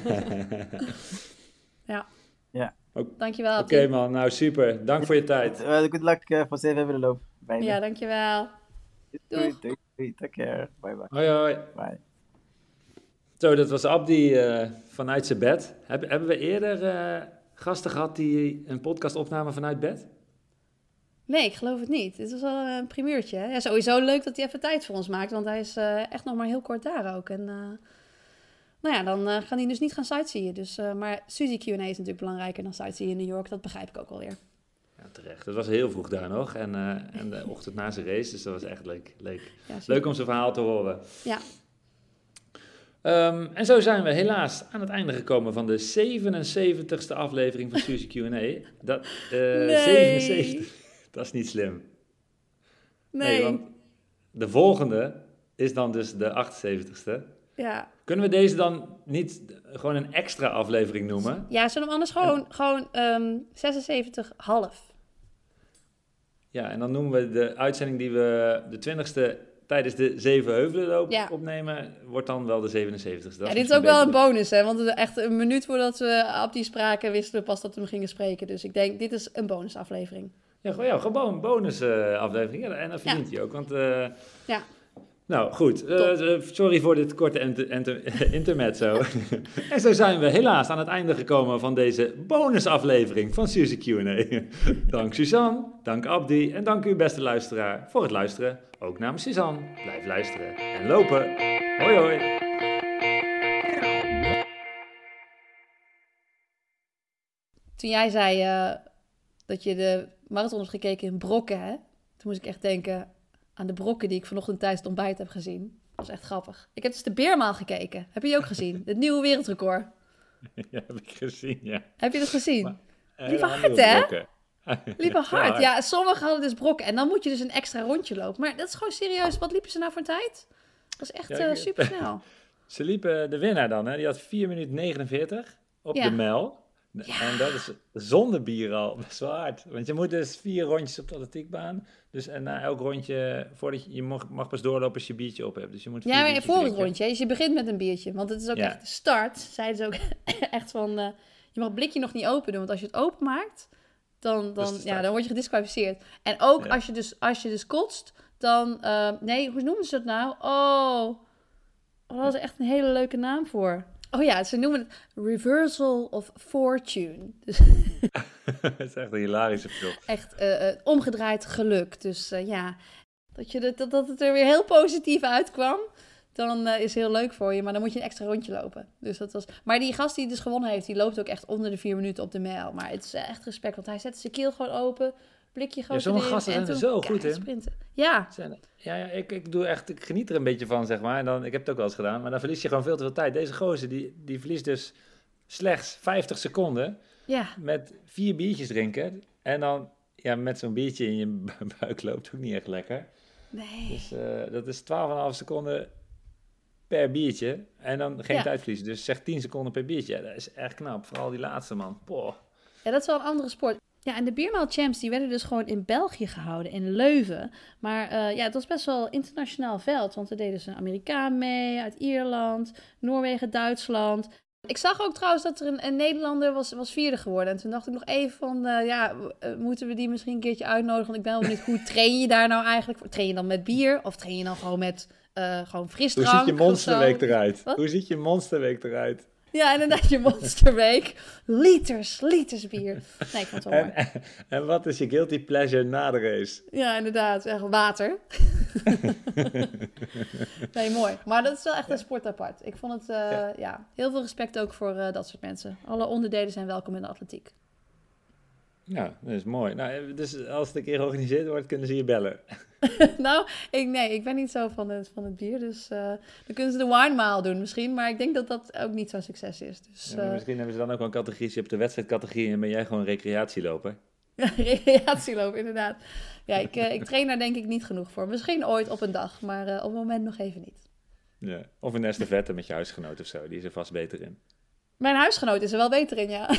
ja. Ja. Dankjewel. Oké okay, man, nou super. Dank voor je tijd. Uh, good luck uh, voor zeven hebben de loop. Bijna. Ja, dankjewel. Doei, doei, doei. Take care. Bye bye. Hoi hoi. Bye. Zo, dat was Abdi uh, vanuit zijn bed. Heb, hebben we eerder uh, gasten gehad die een podcast opnamen vanuit bed? Nee, ik geloof het niet. Dit was wel een primeurtje. Hè? Ja, sowieso leuk dat hij even tijd voor ons maakt, want hij is uh, echt nog maar heel kort daar ook. En uh, nou ja, dan uh, gaan hij dus niet gaan sightseeën. Dus, uh, maar Suzy Q en A is natuurlijk belangrijker dan sightseeën in New York. Dat begrijp ik ook alweer. Ja, terecht. Het was heel vroeg daar nog. En, uh, en de ochtend na zijn race, dus dat was echt leuk. Leuk, ja, leuk om zijn verhaal te horen. Ja. Um, en zo zijn we helaas aan het einde gekomen van de zevenenzeventigste aflevering van Suzy Q en A. Dat, uh, nee. zevenenzeventig, dat is niet slim. Nee. nee. Want de volgende is dan dus de achtenzeventigste. Ja. Kunnen we deze dan niet gewoon een extra aflevering noemen? Ja, zullen we anders gewoon, en... gewoon um, zesenzeventig half? Ja, en dan noemen we de uitzending die we de twintigste tijdens de Zevenheuvelenloop ja. opnemen, wordt dan wel de zevenenzeventigste. Ja, dit is ook wel een bonus, hè? Want echt een minuut voordat we Abdi spraken, wisten we pas dat we hem gingen spreken. Dus ik denk, dit is een bonusaflevering. Ja, gewoon, ja, gewoon een bonusaflevering. Ja, en dat verdient ja. hij ook, want... Uh, ja. Nou, goed. Uh, sorry voor dit korte inter- inter- intermezzo. En zo zijn we helaas aan het einde gekomen van deze bonusaflevering van Suzy Q en A. Dank Suzanne, dank Abdi en dank u beste luisteraar voor het luisteren. Ook namens Suzanne. Blijf luisteren en lopen. Hoi hoi. Toen jij zei uh, dat je de marathon had gekeken in brokken, hè? Toen moest ik echt denken aan de brokken die ik vanochtend tijdens het ontbijt heb gezien. Dat was echt grappig. Ik heb dus de Beermaal gekeken. Heb je die ook gezien? Het nieuwe wereldrecord. Ja, heb ik gezien, ja. Heb je dat gezien? Maar, uh, Liever hard, hè? Brokken. Liever hard. hard. Ja, sommigen hadden dus brokken. En dan moet je dus een extra rondje lopen. Maar dat is gewoon serieus. Wat liepen ze nou voor een tijd? Dat is echt ja, uh, super snel. Ze liepen de winnaar dan, hè? Die had vier minuten negenenveertig op ja. de mijl. Ja. En dat is zonder bier al best wel hard. Want je moet dus vier rondjes op de atletiekbaan. Dus en na elk rondje, voordat je, je mag, mag pas doorlopen als je biertje op hebt. Dus je moet ja, maar voor het rondje. Dus je begint met een biertje. Want het is ook ja. echt de start. Zeiden ze ook echt van, uh, je mag het blikje nog niet open doen. Want als je het open maakt, dan, dan, ja, dan word je gedisqualificeerd. En ook ja. als, je dus, als je dus kotst, dan... Uh, nee, hoe noemen ze dat nou? Oh, oh, dat is echt een hele leuke naam voor. Oh ja, ze noemen het Reversal of Fortune. Dus dat is echt een hilarische film. Echt uh, uh, omgedraaid geluk. Dus uh, ja, dat, je de, dat, dat het er weer heel positief uitkwam, dan uh, is heel leuk voor je. Maar dan moet je een extra rondje lopen. Dus dat was... Maar die gast die dus gewonnen heeft, die loopt ook echt onder de vier minuten op de mijl. Maar het is echt respect, want hij zet zijn keel gewoon open, blikje gewoon ja, sommige gasten zijn er zo goed in. Sprinten. Ja. Ja, ja ik, ik, doe echt, ik geniet er een beetje van, zeg maar. En dan, ik heb het ook wel eens gedaan, maar dan verlies je gewoon veel te veel tijd. Deze gozer, die, die verliest dus slechts vijftig seconden ja. met vier biertjes drinken. En dan ja, met zo'n biertje in je buik loopt ook niet echt lekker. Nee. Dus uh, dat is twaalf komma vijf seconden per biertje. En dan geen ja. tijd verliezen. Dus zeg tien seconden per biertje. Ja, dat is echt knap. Vooral die laatste, man. Poh. Ja, dat is wel een andere sport. Ja, en de Beermaal Champs, die werden dus gewoon in België gehouden, in Leuven. Maar uh, ja, het was best wel internationaal veld, want er deden dus een Amerikaan mee, uit Ierland, Noorwegen, Duitsland. Ik zag ook trouwens dat er een, een Nederlander was, was vierde geworden. En toen dacht ik nog even van, uh, ja, uh, moeten we die misschien een keertje uitnodigen? Want ik ben wel benieuwd, hoe train je daar nou eigenlijk voor? Train je dan met bier? Of train je dan gewoon met uh, gewoon frisdrank? Hoe ziet je monsterweek eruit? Wat? Hoe ziet je monsterweek eruit? Ja, inderdaad, je monsterweek. Liters, liters bier. Nee, ik vond het wel En, mooi. en, en wat is je guilty pleasure na de race? Ja, inderdaad. Echt water. Nee, mooi. Maar dat is wel echt een sport apart. Ik vond het, uh, ja. ja, heel veel respect ook voor uh, dat soort mensen. Alle onderdelen zijn welkom in de atletiek. Ja, dat is mooi. Nou, dus als het een keer georganiseerd wordt, kunnen ze je bellen. Nou, ik, nee, ik ben niet zo van het, van het bier. Dus uh, dan kunnen ze de wine mile doen misschien. Maar ik denk dat dat ook niet zo'n succes is. Dus, ja, uh... misschien hebben ze dan ook wel een categorie. Je hebt de wedstrijdcategorie en ben jij gewoon recreatieloper. Ja, recreatieloop, inderdaad. Ja, ik, uh, ik train daar denk ik niet genoeg voor. Misschien ooit op een dag, maar uh, op het moment nog even niet. Ja. Of een estafette met je huisgenoot of zo. Die is er vast beter in. Mijn huisgenoot is er wel beter in, ja.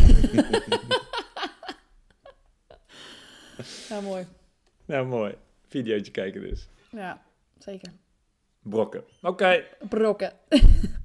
Ja, mooi. Nou, mooi. Videootje kijken dus. Ja, zeker. Brokken. Oké. Okay. Brokken.